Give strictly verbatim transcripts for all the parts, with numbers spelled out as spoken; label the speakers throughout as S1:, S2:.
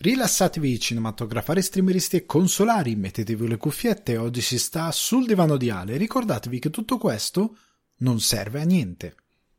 S1: Rilassatevi cinematografari, streameristi e consolari, mettetevi le cuffiette, oggi si sta sul divano di Ale. Ricordatevi che tutto questo non serve a niente.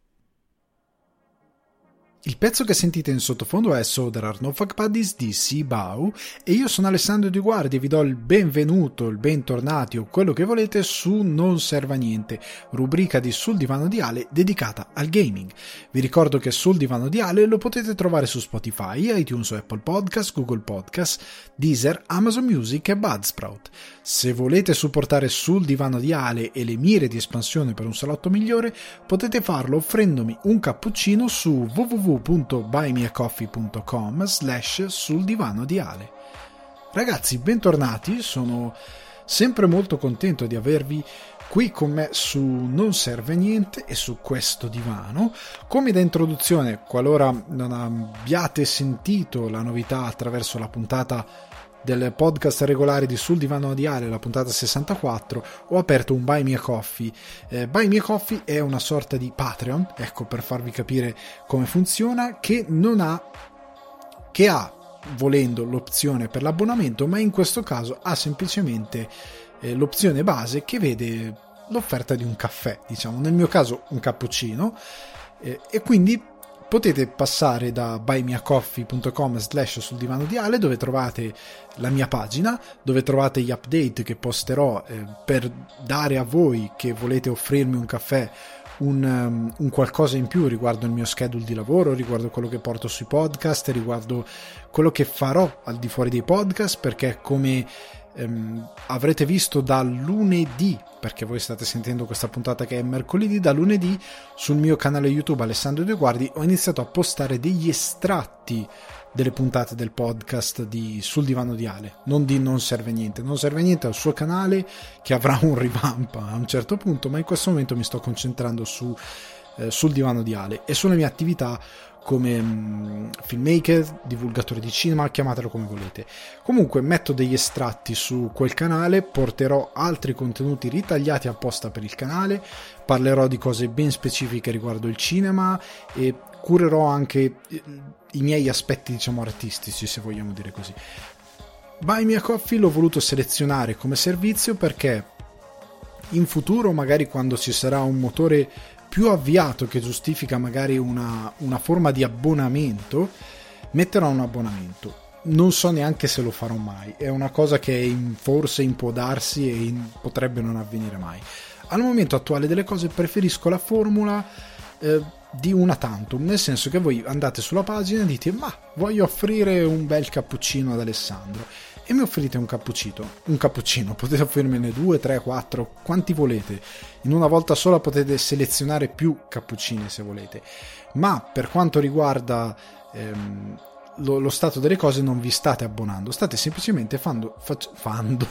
S1: Il pezzo che sentite in sottofondo è So There Are No Fuck Buddies di Sibau e io sono Alessandro Di Guardi e vi do il benvenuto, il bentornati o quello che volete su Non Serve a Niente, rubrica di Sul Divano di Ale dedicata al gaming. Vi ricordo che Sul Divano di Ale lo potete trovare su Spotify, iTunes o Apple Podcast, Google Podcast, Deezer, Amazon Music e Buzzsprout. Se volete supportare Sul Divano di Ale e le mire di espansione per un salotto migliore, potete farlo offrendomi un cappuccino su w w w punto buy me a coffee punto com slash sul divano di Ale. Ragazzi, bentornati, sono sempre molto contento di avervi qui con me su Non Serve a Niente e su questo divano. Come da introduzione, qualora non abbiate sentito la novità attraverso la puntata del podcast regolare di Sul Divano di Ale, la puntata sessantaquattro, ho aperto un Buy Me a Coffee. Eh, Buy Me a Coffee è una sorta di Patreon, ecco, per farvi capire come funziona, che non ha, che ha, volendo, l'opzione per l'abbonamento, ma in questo caso ha semplicemente eh, l'opzione base che vede l'offerta di un caffè, diciamo, nel mio caso un cappuccino, eh, e quindi potete passare da buy me a coffee punto com slash sul divano di Ale, dove trovate la mia pagina, dove trovate gli update che posterò eh, per dare a voi che volete offrirmi un caffè un, um, un qualcosa in più riguardo il mio schedule di lavoro, riguardo quello che porto sui podcast, riguardo quello che farò al di fuori dei podcast, perché come Um, avrete visto da lunedì, perché voi state sentendo questa puntata che è mercoledì, da lunedì sul mio canale YouTube Alessandro De Guardi ho iniziato a postare degli estratti delle puntate del podcast di Sul Divano di Ale, non di Non Serve Niente. Non Serve Niente è il suo canale che avrà un revamp a un certo punto, ma in questo momento mi sto concentrando su eh, Sul Divano di Ale e sulle mie attività come um, filmmaker, divulgatore di cinema, chiamatelo come volete. Comunque metto degli estratti su quel canale, porterò altri contenuti ritagliati apposta per il canale, parlerò di cose ben specifiche riguardo il cinema e curerò anche i miei aspetti, diciamo, artistici, se vogliamo dire così. Buy Me a Coffee l'ho voluto selezionare come servizio perché in futuro, magari quando ci sarà un motore più avviato che giustifica magari una, una forma di abbonamento, metterò un abbonamento. Non so neanche se lo farò mai, è una cosa che in, forse in può darsi e in, potrebbe non avvenire mai. Al momento attuale delle cose preferisco la formula eh, di una tantum, nel senso che voi andate sulla pagina e dite: ma voglio offrire un bel cappuccino ad Alessandro, e mi offrite un cappuccino, un cappuccino, potete offrirmene due, tre, quattro, quanti volete. In una volta sola potete selezionare più cappuccini se volete, ma per quanto riguarda ehm, lo, lo stato delle cose non vi state abbonando, state semplicemente fando, fac, fando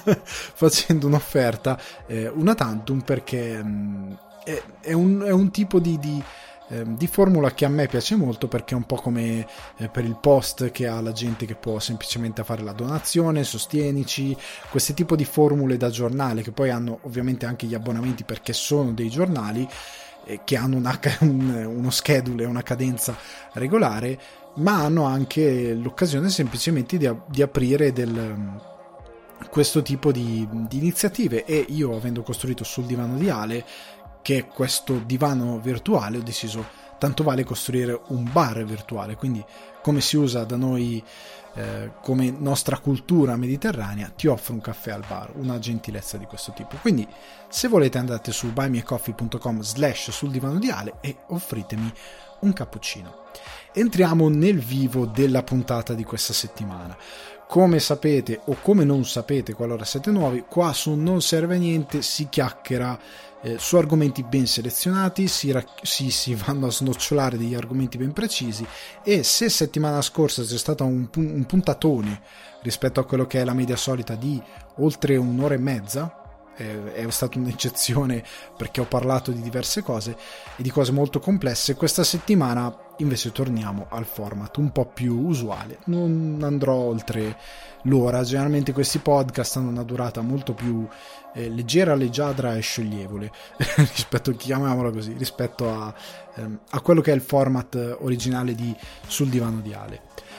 S1: facendo un'offerta eh, una tantum, perché mh, è, è, un, è un tipo di... di di formula che a me piace molto, perché è un po' come eh, per il post che ha la gente che può semplicemente fare la donazione, sostienici, questo tipo di formule da giornale, che poi hanno ovviamente anche gli abbonamenti perché sono dei giornali eh, che hanno una, un, uno schedule, una cadenza regolare, ma hanno anche l'occasione semplicemente di, di aprire del questo tipo di, di iniziative. E io, avendo costruito Sul Divano di Ale, che è questo divano virtuale, ho deciso tanto vale costruire un bar virtuale, quindi come si usa da noi eh, come nostra cultura mediterranea, ti offro un caffè al bar, una gentilezza di questo tipo. Quindi se volete andate su buy me a coffee punto com slash sul divano di Ale e offritemi un cappuccino. Entriamo nel vivo della puntata di questa settimana. Come sapete o come non sapete, qualora siete nuovi, qua su Non Serve a Niente si chiacchiera eh, su argomenti ben selezionati, si, si, si vanno a snocciolare degli argomenti ben precisi, e se settimana scorsa c'è stato un, un puntatone rispetto a quello che è la media solita di oltre un'ora e mezza, è stata un'eccezione perché ho parlato di diverse cose e di cose molto complesse. Questa settimana invece torniamo al format un po' più usuale, non andrò oltre l'ora. Generalmente questi podcast hanno una durata molto più eh, leggera, leggiadra e scioglievole rispetto, chiamiamola così, rispetto a, ehm, a quello che è il format originale di Sul Divano di Ale.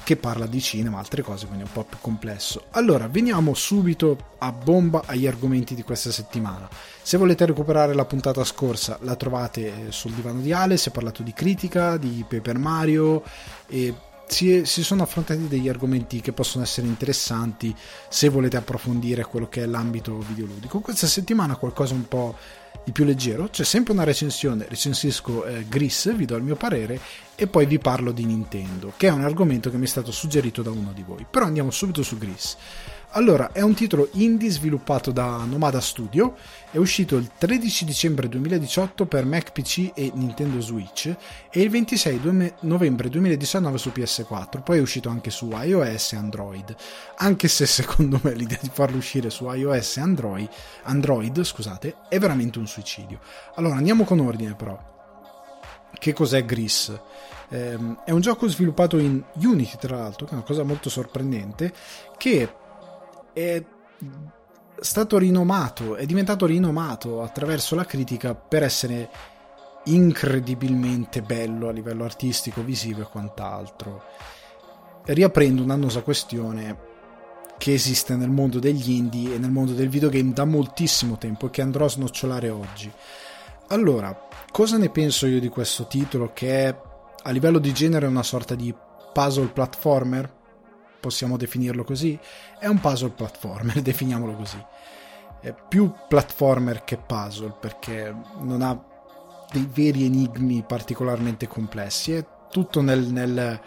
S1: che parla di cinema, altre cose, quindi è un po' più complesso. Allora, veniamo subito a bomba agli argomenti di questa settimana. Se volete recuperare la puntata scorsa, la trovate sul divano di Ale, si è parlato di critica, di Paper Mario, e si, si sono affrontati degli argomenti che possono essere interessanti se volete approfondire quello che è l'ambito videoludico. Questa settimana qualcosa un po' di più leggero, c'è sempre una recensione, recensisco eh, Gris, vi do il mio parere e poi vi parlo di Nintendo, che è un argomento che mi è stato suggerito da uno di voi. Però andiamo subito su Gris. Allora, è un titolo indie sviluppato da Nomada Studio, è uscito il tredici dicembre duemiladiciotto per Mac P C e Nintendo Switch e il ventisei novembre duemiladiciannove su P S quattro, poi è uscito anche su iOS e Android, anche se secondo me l'idea di farlo uscire su iOS e Android, Android scusate, è veramente un suicidio. Allora, andiamo con ordine però. Che cos'è Gris? Eh, è un gioco sviluppato in Unity, tra l'altro, che è una cosa molto sorprendente, che è stato rinomato, è diventato rinomato attraverso la critica per essere incredibilmente bello a livello artistico, visivo e quant'altro, riaprendo un'annosa questione che esiste nel mondo degli indie e nel mondo del videogame da moltissimo tempo e che andrò a snocciolare oggi. Allora, cosa ne penso io di questo titolo, che è a livello di genere una sorta di puzzle platformer? Possiamo definirlo così? È un puzzle platformer, definiamolo così. È più platformer che puzzle, perché non ha dei veri enigmi particolarmente complessi, è tutto nel, nel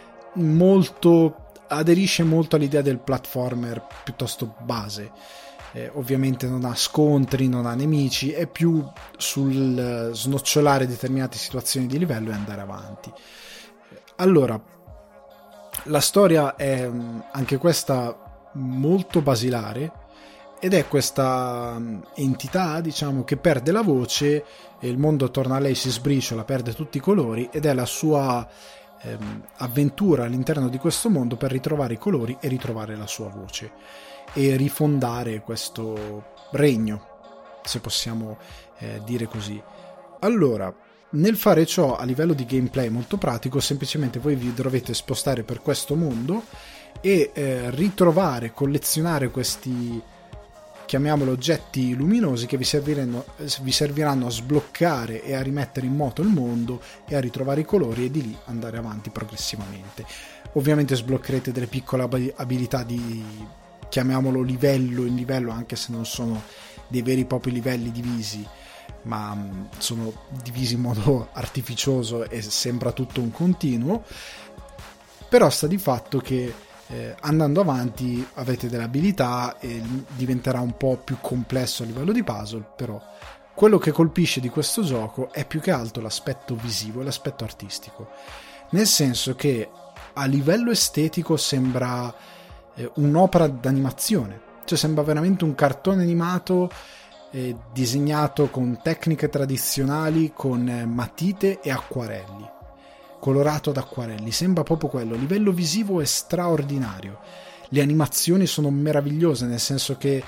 S1: molto, aderisce molto all'idea del platformer piuttosto base. Eh, ovviamente non ha scontri, non ha nemici, è più sul snocciolare determinate situazioni di livello e andare avanti. Allora, la storia è anche questa molto basilare ed è questa entità, diciamo, che perde la voce e il mondo attorno a lei si sbriciola, perde tutti i colori ed è la sua ehm, avventura all'interno di questo mondo per ritrovare i colori e ritrovare la sua voce e rifondare questo regno, se possiamo eh, dire così. Allora, nel fare ciò a livello di gameplay molto pratico, semplicemente voi vi dovete spostare per questo mondo e eh, ritrovare, collezionare questi, chiamiamolo, oggetti luminosi che vi serviranno, vi serviranno a sbloccare e a rimettere in moto il mondo e a ritrovare i colori e di lì andare avanti progressivamente. Ovviamente sbloccherete delle piccole abilità di, chiamiamolo, livello in livello, anche se non sono dei veri e propri livelli divisi, ma sono divisi in modo artificioso e sembra tutto un continuo. Però sta di fatto che eh, andando avanti avete delle abilità e diventerà un po' più complesso a livello di puzzle. Però quello che colpisce di questo gioco è più che altro l'aspetto visivo e l'aspetto artistico, nel senso che a livello estetico sembra eh, un'opera d'animazione, cioè sembra veramente un cartone animato eh, disegnato con tecniche tradizionali, con eh, matite e acquarelli, colorato ad acquarelli, sembra proprio quello. A livello visivo è straordinario, le animazioni sono meravigliose, nel senso che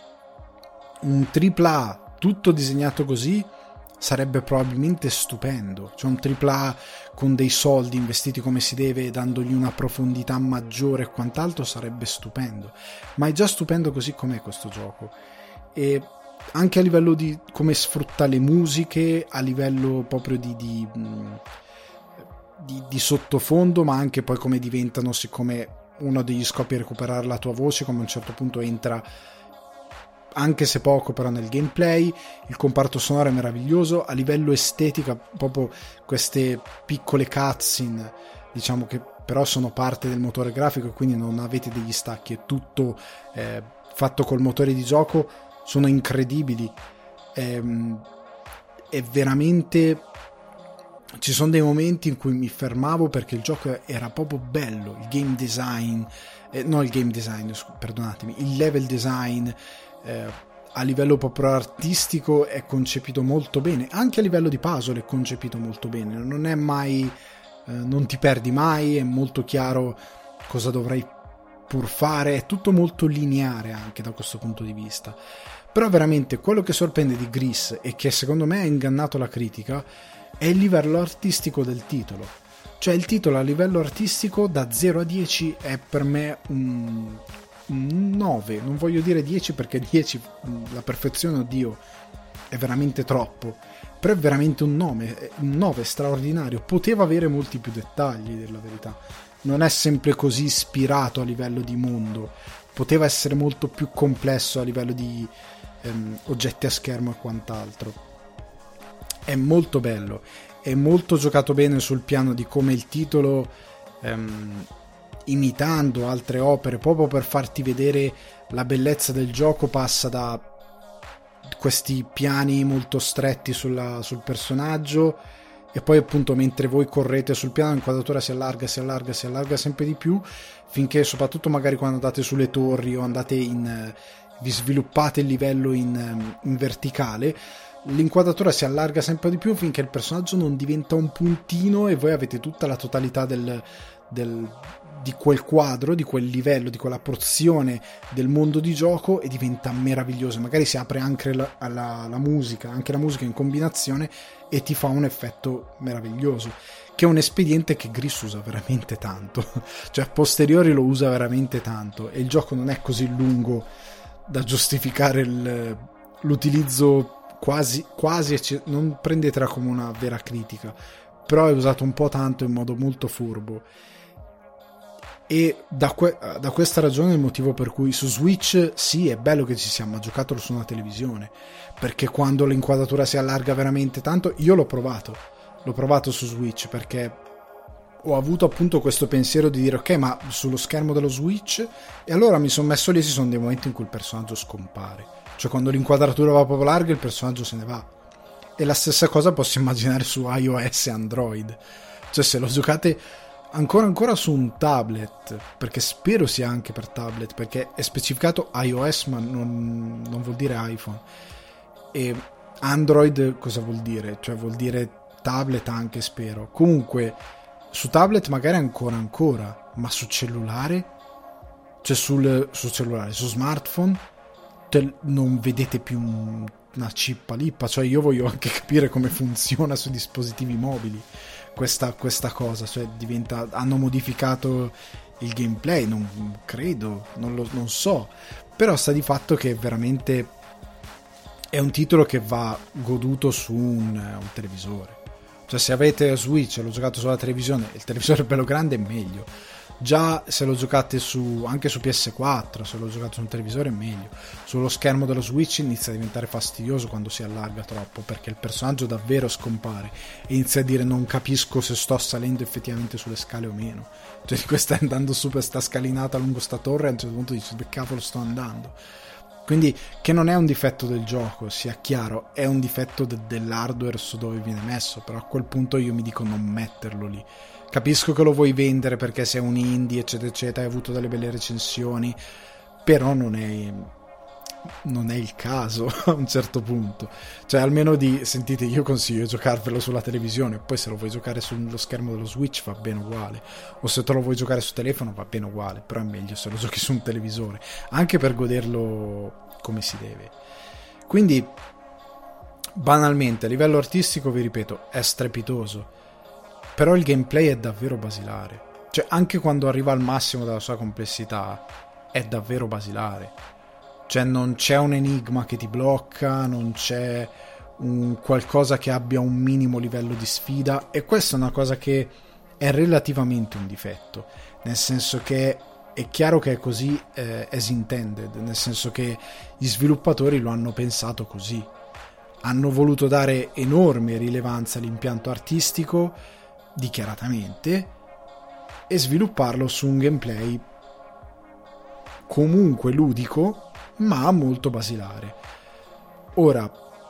S1: un tripla A tutto disegnato così sarebbe probabilmente stupendo, cioè un tripla A con dei soldi investiti come si deve, dandogli una profondità maggiore e quant'altro, sarebbe stupendo, ma è già stupendo così com'è questo gioco. E anche a livello di come sfrutta le musiche, a livello proprio di, di, di, di sottofondo, ma anche poi come diventano, siccome uno degli scopi è recuperare la tua voce, come a un certo punto entra, anche se poco però, nel gameplay. Il comparto sonoro è meraviglioso, a livello estetica proprio queste piccole cutscene, diciamo, che però sono parte del motore grafico e quindi non avete degli stacchi, è tutto eh, fatto col motore di gioco, sono incredibili. È, è veramente, ci sono dei momenti in cui mi fermavo perché il gioco era proprio bello, il game design eh, no il game design perdonatemi il level design eh, a livello proprio artistico è concepito molto bene, anche a livello di puzzle è concepito molto bene, non è mai eh, non ti perdi mai, è molto chiaro cosa dovrai pur fare, è tutto molto lineare anche da questo punto di vista. Però veramente quello che sorprende di Gris e che secondo me ha ingannato la critica è il livello artistico del titolo. Cioè il titolo a livello artistico da zero a dieci è per me un, un nove, non voglio dire dieci perché dieci, la perfezione, oddio, è veramente troppo, però è veramente un nove, un nove straordinario, poteva avere molti più dettagli, della verità, non è sempre così ispirato a livello di mondo, poteva essere molto più complesso a livello di ehm, oggetti a schermo e quant'altro. È molto bello, è molto giocato bene sul piano di come il titolo, ehm, imitando altre opere proprio per farti vedere la bellezza del gioco, passa da questi piani molto stretti sulla, sul personaggio, e poi appunto mentre voi correte sul piano l'inquadratura si allarga, si allarga, si allarga sempre di più, finché soprattutto magari quando andate sulle torri o andate in, vi sviluppate il livello in, in verticale, l'inquadratura si allarga sempre di più finché il personaggio non diventa un puntino e voi avete tutta la totalità del, del, di quel quadro, di quel livello, di quella porzione del mondo di gioco, e diventa meraviglioso. Magari si apre anche la, la, la musica, anche la musica in combinazione, e ti fa un effetto meraviglioso, che è un espediente che Gris usa veramente tanto, cioè a posteriori lo usa veramente tanto, e il gioco non è così lungo da giustificare il, l'utilizzo quasi, quasi, non prendetela come una vera critica, però è usato un po' tanto in modo molto furbo, e da, que- da questa ragione è il motivo per cui su Switch sì, è bello che ci sia, ma giocatelo su una televisione, perché quando l'inquadratura si allarga veramente tanto, io l'ho provato l'ho provato su Switch perché ho avuto appunto questo pensiero di dire ok, ma sullo schermo dello Switch, e allora mi sono messo lì, ci sono dei momenti in cui il personaggio scompare, cioè quando l'inquadratura va proprio larga il personaggio se ne va, e la stessa cosa posso immaginare su iOS e Android, cioè se lo giocate ancora ancora su un tablet, perché spero sia anche per tablet, perché è specificato iOS ma non, non vuol dire iPhone, e Android cosa vuol dire? Cioè vuol dire tablet anche, spero. Comunque su tablet magari ancora ancora, ma su cellulare, cioè sul, su cellulare, su smartphone te, non vedete più un, una cippa lippa, cioè io voglio anche capire come funziona sui dispositivi mobili questa, questa cosa, cioè diventa, hanno modificato il gameplay, non credo, non lo non so, però sta di fatto che veramente è un titolo che va goduto su un, un televisore. Cioè se avete Switch e l'ho giocato sulla televisione, il televisore bello grande è meglio, già se lo giocate su anche su P S quattro, se lo giocate su un televisore è meglio. Sullo schermo dello Switch inizia a diventare fastidioso quando si allarga troppo, perché il personaggio davvero scompare e inizia a dire non capisco se sto salendo effettivamente sulle scale o meno, cioè di questa andando su per sta scalinata lungo sta torre, a un certo punto dici dove cavolo sto andando. Quindi, che non è un difetto del gioco, sia chiaro, è un difetto de- dell'hardware su dove viene messo, però a quel punto io mi dico non metterlo lì. Capisco che lo vuoi vendere perché sei un indie eccetera eccetera, hai avuto delle belle recensioni, però non è non è il caso a un certo punto, cioè almeno di sentite, io consiglio di giocarvelo sulla televisione, poi se lo vuoi giocare sullo schermo dello Switch va bene uguale, o se te lo vuoi giocare su telefono va bene uguale, però è meglio se lo giochi su un televisore, anche per goderlo come si deve. Quindi banalmente a livello artistico vi ripeto è strepitoso, però il gameplay è davvero basilare, cioè anche quando arriva al massimo della sua complessità è davvero basilare. Cioè non c'è un enigma che ti blocca, non c'è un qualcosa che abbia un minimo livello di sfida, e questa è una cosa che è relativamente un difetto, nel senso che è chiaro che è così eh, as intended, nel senso che gli sviluppatori lo hanno pensato così, hanno voluto dare enorme rilevanza all'impianto artistico dichiaratamente e svilupparlo su un gameplay comunque ludico ma molto basilare. Ora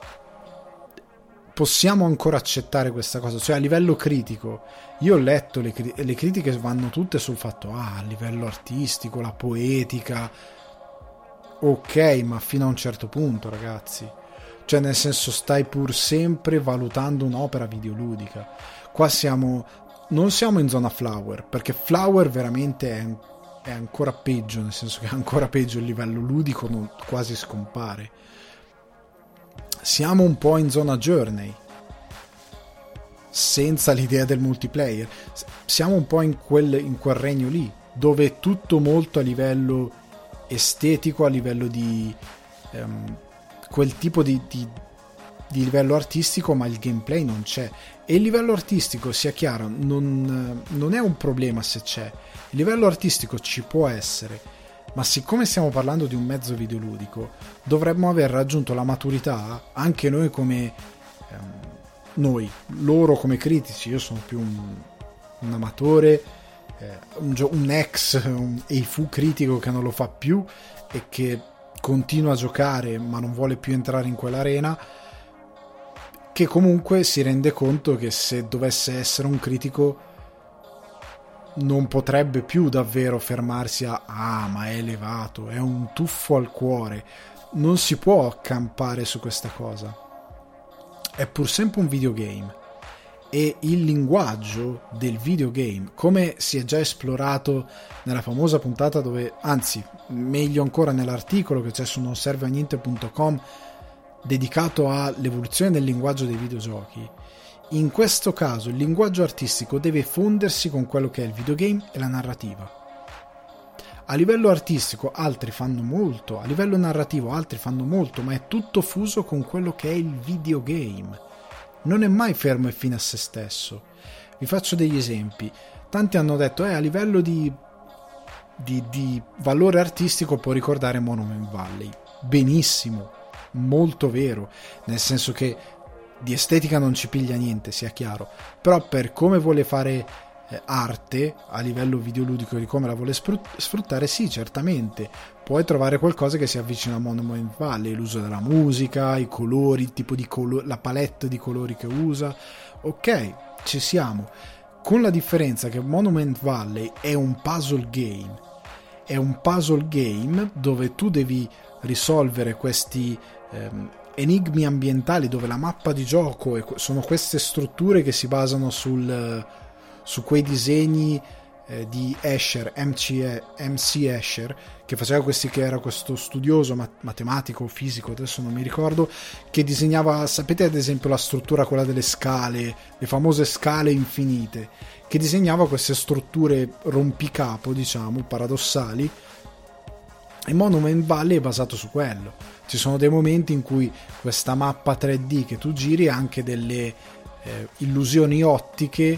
S1: possiamo ancora accettare questa cosa, cioè a livello critico io ho letto le, cri- le critiche vanno tutte sul fatto ah, a livello artistico, la poetica, ok, ma fino a un certo punto ragazzi, cioè nel senso stai pur sempre valutando un'opera videoludica. Qua siamo non siamo in zona Flower, perché Flower veramente è è ancora peggio, nel senso che è ancora peggio, il livello ludico non, quasi scompare. Siamo un po' in zona Journey, senza l'idea del multiplayer. Siamo un po' in quel, in quel regno lì, dove è tutto molto a livello estetico, a livello di um, quel tipo di, di, di livello artistico, ma il gameplay non c'è. E il livello artistico, sia chiaro, non, non è un problema se c'è. Il livello artistico ci può essere, ma siccome stiamo parlando di un mezzo videoludico, dovremmo aver raggiunto la maturità, anche noi come ehm, noi, loro come critici. Io sono più un, un amatore, eh, un, gio- un ex un Eifu critico che non lo fa più e che continua a giocare ma non vuole più entrare in quell'arena, che comunque si rende conto che se dovesse essere un critico non potrebbe più davvero fermarsi a ah ma è elevato, è un tuffo al cuore. Non si può accampare su questa cosa, è pur sempre un videogame, e il linguaggio del videogame, come si è già esplorato nella famosa puntata dove, anzi meglio ancora nell'articolo che c'è su non serve a niente punto com dedicato all'evoluzione del linguaggio dei videogiochi, in questo caso il linguaggio artistico deve fondersi con quello che è il videogame e la narrativa. A livello artistico altri fanno molto, a livello narrativo altri fanno molto, ma è tutto fuso con quello che è il videogame. Non è mai fermo e fine a se stesso. Vi faccio degli esempi. Tanti hanno detto, eh, a livello di, di, di valore artistico può ricordare Monument Valley. Benissimo, molto vero, nel senso che di estetica non ci piglia niente, sia chiaro, però per come vuole fare eh, arte a livello videoludico, di come la vuole sfruttare, sì, certamente puoi trovare qualcosa che si avvicina a Monument Valley, l'uso della musica, i colori, il tipo di colore, la palette di colori che usa, ok, ci siamo, con la differenza che Monument Valley è un puzzle game, è un puzzle game dove tu devi risolvere questi ehm, enigmi ambientali, dove la mappa di gioco e sono queste strutture che si basano sul, su quei disegni eh, di Escher, M C Escher, che faceva questi, che era questo studioso mat- matematico, fisico, adesso non mi ricordo, che disegnava, sapete ad esempio la struttura quella delle scale, le famose scale infinite, che disegnava queste strutture rompicapo, diciamo, paradossali, e Monument Valley è basato su quello. Ci sono dei momenti in cui questa mappa tre D che tu giri ha anche delle eh, illusioni ottiche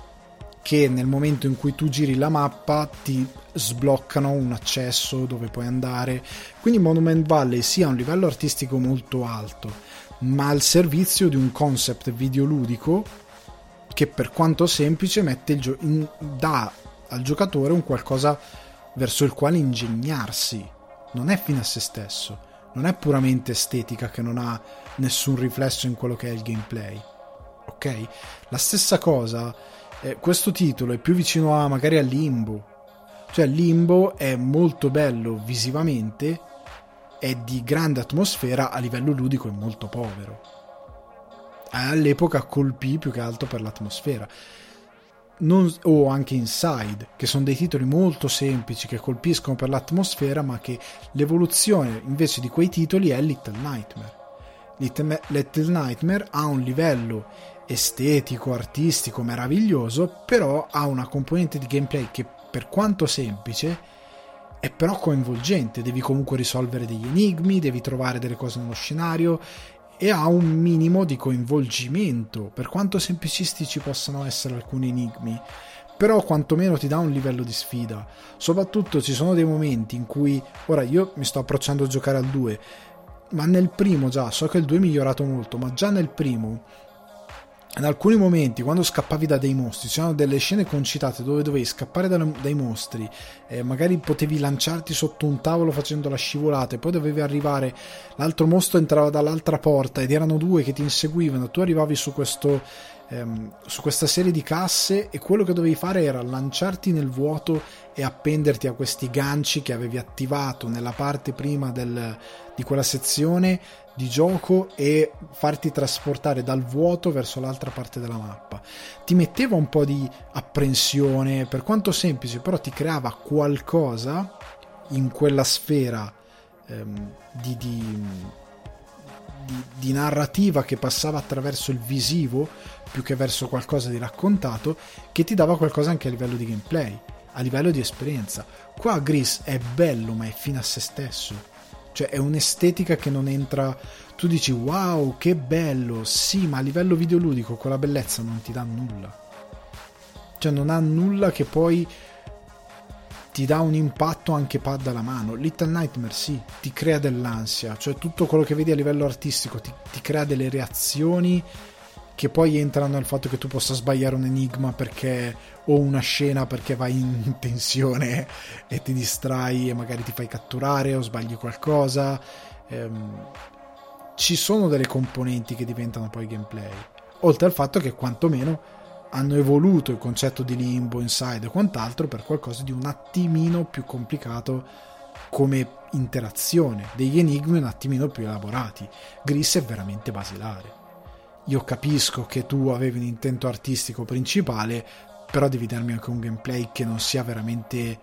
S1: che nel momento in cui tu giri la mappa ti sbloccano un accesso dove puoi andare. Quindi Monument Valley sì, ha un livello artistico molto alto, ma al servizio di un concept videoludico che, per quanto semplice, mette il gio- in, dà al giocatore un qualcosa verso il quale ingegnarsi. Non è fine a se stesso, non è puramente estetica che non ha nessun riflesso in quello che è il gameplay, ok? La stessa cosa, eh, questo titolo è più vicino a magari a Limbo, cioè Limbo è molto bello visivamente, è di grande atmosfera, a livello ludico è molto povero. All'epoca colpì più che altro per l'atmosfera. Non, o anche Inside, che sono dei titoli molto semplici che colpiscono per l'atmosfera, ma che l'evoluzione invece di quei titoli è Little Nightmare. Little, Little Nightmare ha un livello estetico, artistico meraviglioso, però ha una componente di gameplay che, per quanto semplice, è però coinvolgente. Devi comunque risolvere degli enigmi, devi trovare delle cose nello scenario, e ha un minimo di coinvolgimento, per quanto semplicistici possano essere alcuni enigmi, però quantomeno ti dà un livello di sfida. Soprattutto ci sono dei momenti in cui, ora io mi sto approcciando a giocare al due, ma nel primo già, so che il due è migliorato molto, ma già nel primo, in alcuni momenti, quando scappavi da dei mostri, c'erano delle scene concitate dove dovevi scappare da, dai mostri, eh, magari potevi lanciarti sotto un tavolo facendo la scivolata, e poi dovevi arrivare, l'altro mostro entrava dall'altra porta ed erano due che ti inseguivano, tu arrivavi su questo ehm, su questa serie di casse, e quello che dovevi fare era lanciarti nel vuoto e appenderti a questi ganci che avevi attivato nella parte prima del, di quella sezione di gioco, e farti trasportare dal vuoto verso l'altra parte della mappa. Ti metteva un po' di apprensione, per quanto semplice, però ti creava qualcosa in quella sfera ehm, di, di, di, di narrativa che passava attraverso il visivo più che verso qualcosa di raccontato, che ti dava qualcosa anche a livello di gameplay, a livello di esperienza. Qua Gris è bello ma è fine a se stesso, cioè è un'estetica che non entra. Tu dici wow che bello, sì, ma a livello videoludico quella bellezza non ti dà nulla, cioè non ha nulla che poi ti dà un impatto anche pad alla mano. Little Nightmare sì, ti crea dell'ansia, cioè tutto quello che vedi a livello artistico ti, ti crea delle reazioni che poi entrano nel fatto che tu possa sbagliare un enigma perché o una scena perché vai in tensione e ti distrai e magari ti fai catturare o sbagli qualcosa. Ehm, ci sono delle componenti che diventano poi gameplay, oltre al fatto che quantomeno hanno evoluto il concetto di limbo, inside e quant'altro per qualcosa di un attimino più complicato come interazione, degli enigmi un attimino più elaborati. Gris è veramente basilare. Io capisco che tu avevi un intento artistico principale, però devi darmi anche un gameplay che non sia veramente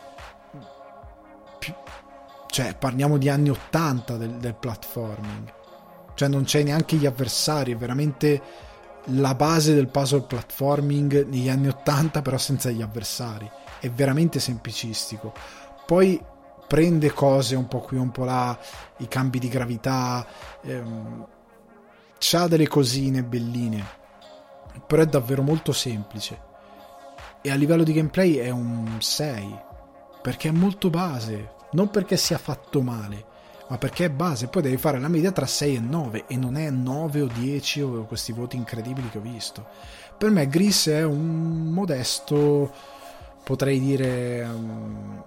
S1: più... cioè parliamo di anni ottanta del, del platforming, cioè non c'è neanche gli avversari, è veramente la base del puzzle platforming negli anni ottanta, però senza gli avversari. È veramente semplicistico. Poi prende cose un po' qui un po' là, i cambi di gravità, ehm, c'ha delle cosine belline, però è davvero molto semplice, e a livello di gameplay è un sei, perché è molto base, non perché sia fatto male, ma perché è base. Poi devi fare la media tra sei e nove, e non è nove o dieci o questi voti incredibili che ho visto. Per me Gris è un modesto, potrei dire um,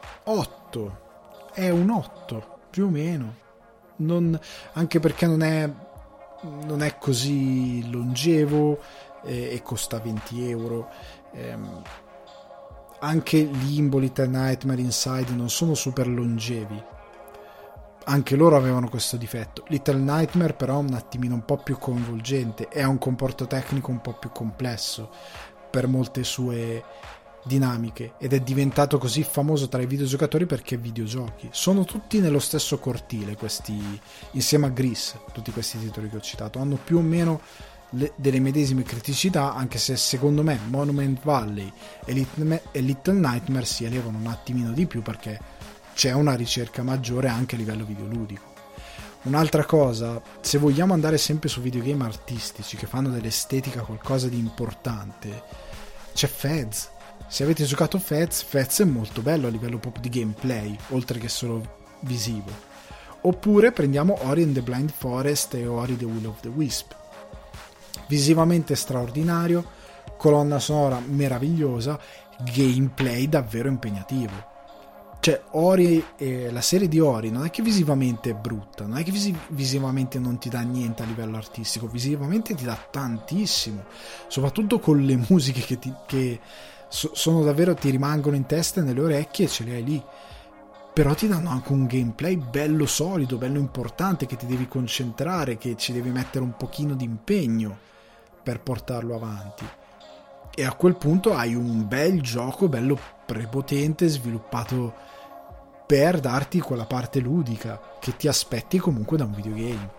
S1: otto, è un otto più o meno, non, anche perché non è non è così longevo eh, e costa venti euro. ehm, anche Limbo, Little Nightmare, Inside non sono super longevi, anche loro avevano questo difetto. Little Nightmare però è un attimino un po' più coinvolgente, è un comporto tecnico un po' più complesso per molte sue dinamiche, ed è diventato così famoso tra i videogiocatori perché videogiochi sono tutti nello stesso cortile. Questi, insieme a Gris, tutti questi titoli che ho citato hanno più o meno le, delle medesime criticità, anche se secondo me Monument Valley e Little, e Little Nightmare si elevano un attimino di più perché c'è una ricerca maggiore anche a livello videoludico. Un'altra cosa, se vogliamo andare sempre su videogame artistici che fanno dell'estetica qualcosa di importante, c'è Fez. Se avete giocato Fez, Fez è molto bello a livello proprio di gameplay, oltre che solo visivo. Oppure prendiamo Ori and the Blind Forest e Ori the Will of the Wisp. Visivamente straordinario, colonna sonora meravigliosa, gameplay davvero impegnativo. Cioè Ori, eh, la serie di Ori non è che visivamente è brutta, non è che visi- visivamente non ti dà niente a livello artistico, visivamente ti dà tantissimo, soprattutto con le musiche che, ti, che so- sono davvero, ti rimangono in testa e nelle orecchie e ce le hai lì, però ti danno anche un gameplay bello solido, bello importante, che ti devi concentrare, che ci devi mettere un pochino di impegno per portarlo avanti. E a quel punto hai un bel gioco bello prepotente, sviluppato per darti quella parte ludica che ti aspetti comunque da un videogame.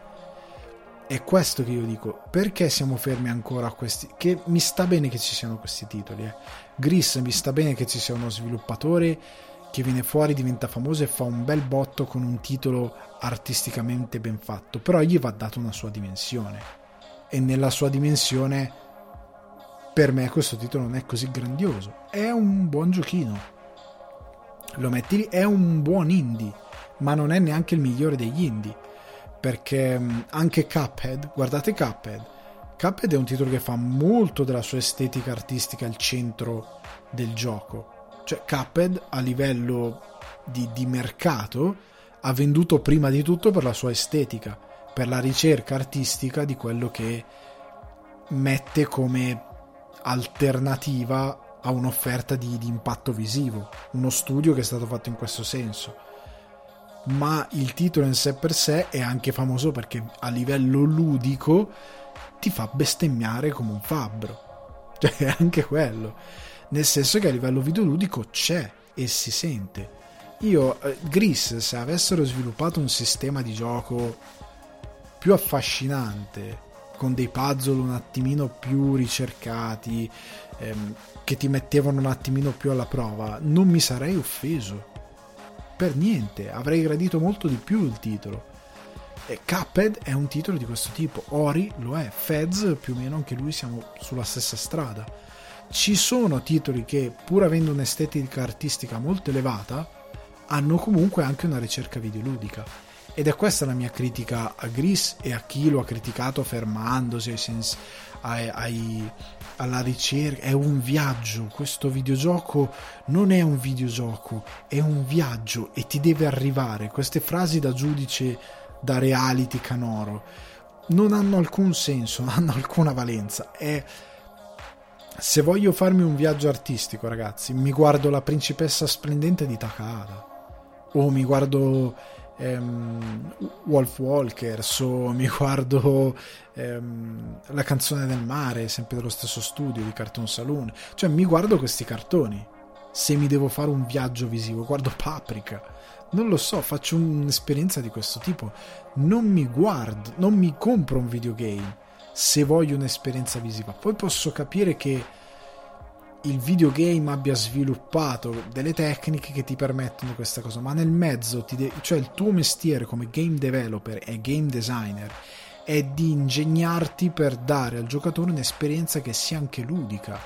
S1: È questo che io dico, perché siamo fermi ancora a questi, che mi sta bene che ci siano questi titoli, eh. Gris mi sta bene che ci sia uno sviluppatore che viene fuori, diventa famoso e fa un bel botto con un titolo artisticamente ben fatto, però gli va dato una sua dimensione, e nella sua dimensione per me questo titolo non è così grandioso, è un buon giochino, lo metti lì, è un buon indie, ma non è neanche il migliore degli indie, perché anche Cuphead, guardate Cuphead Cuphead è un titolo che fa molto della sua estetica artistica il centro del gioco. Cioè Cuphead a livello di, di mercato ha venduto prima di tutto per la sua estetica, per la ricerca artistica di quello che mette come alternativa a un'offerta di, di impatto visivo, uno studio che è stato fatto in questo senso. Ma il titolo in sé per sé è anche famoso perché a livello ludico ti fa bestemmiare come un fabbro, cioè è anche quello, nel senso che a livello videoludico c'è e si sente. Io eh, Gris, se avessero sviluppato un sistema di gioco più affascinante, con dei puzzle un attimino più ricercati, ehm, che ti mettevano un attimino più alla prova, non mi sarei offeso per niente, avrei gradito molto di più il titolo. E Cuphead è un titolo di questo tipo, Ori lo è, Fez più o meno anche lui, siamo sulla stessa strada. Ci sono titoli che, pur avendo un'estetica artistica molto elevata, hanno comunque anche una ricerca videoludica, ed è questa la mia critica a Gris e a chi lo ha criticato fermandosi ai sens- ai, ai, alla ricerca. È un viaggio, questo videogioco non è un videogioco, è un viaggio e ti deve arrivare. Queste frasi da giudice, da reality canoro, non hanno alcun senso, non hanno alcuna valenza. È... se voglio farmi un viaggio artistico, ragazzi, mi guardo La principessa splendente di Takahata, o mi guardo ehm, Wolf Walkers, o mi guardo ehm, La canzone del mare, sempre dello stesso studio di Cartoon Saloon. Cioè mi guardo questi cartoni. Se mi devo fare un viaggio visivo, guardo Paprika, non lo so, faccio un'esperienza di questo tipo. Non mi guardo, non mi compro un videogame se voglio un'esperienza visiva. Poi posso capire che il videogame abbia sviluppato delle tecniche che ti permettono questa cosa, ma nel mezzo ti de- cioè il tuo mestiere come game developer e game designer è di ingegnarti per dare al giocatore un'esperienza che sia anche ludica.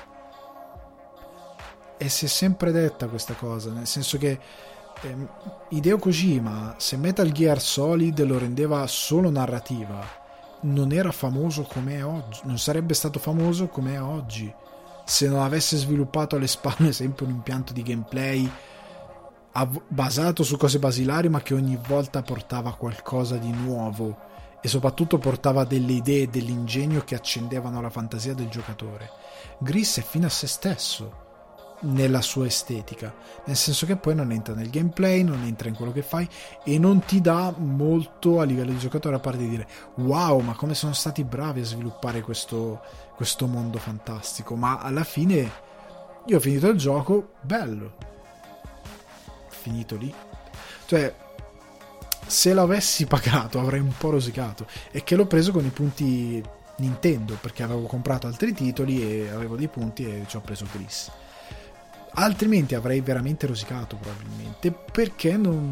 S1: E si è sempre detta questa cosa, nel senso che ehm, Hideo Kojima, se Metal Gear Solid lo rendeva solo narrativa, non era famoso come è oggi, non sarebbe stato famoso come è oggi se non avesse sviluppato alle spalle sempre un impianto di gameplay av- basato su cose basilari, ma che ogni volta portava qualcosa di nuovo e soprattutto portava delle idee, dell'ingegno che accendevano la fantasia del giocatore. Gris è fine a se stesso nella sua estetica, nel senso che poi non entra nel gameplay, non entra in quello che fai e non ti dà molto a livello di giocatore, a parte di dire wow, ma come sono stati bravi a sviluppare questo, questo mondo fantastico. Ma alla fine io ho finito il gioco, bello, finito lì. Cioè, se l'avessi pagato avrei un po' rosicato, e che l'ho preso con i punti Nintendo, perché avevo comprato altri titoli e avevo dei punti e ci ho preso Gris. Altrimenti avrei veramente rosicato, probabilmente, perché non,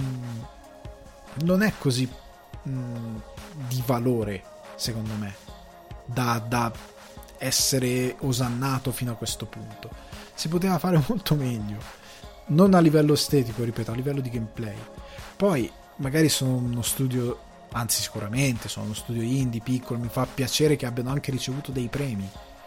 S1: non è così mh, di valore, secondo me, da, da essere osannato fino a questo punto. Si poteva fare molto meglio, non a livello estetico, ripeto, a livello di gameplay. Poi magari sono uno studio, anzi sicuramente sono uno studio indie piccolo, mi fa piacere che abbiano anche ricevuto dei premi,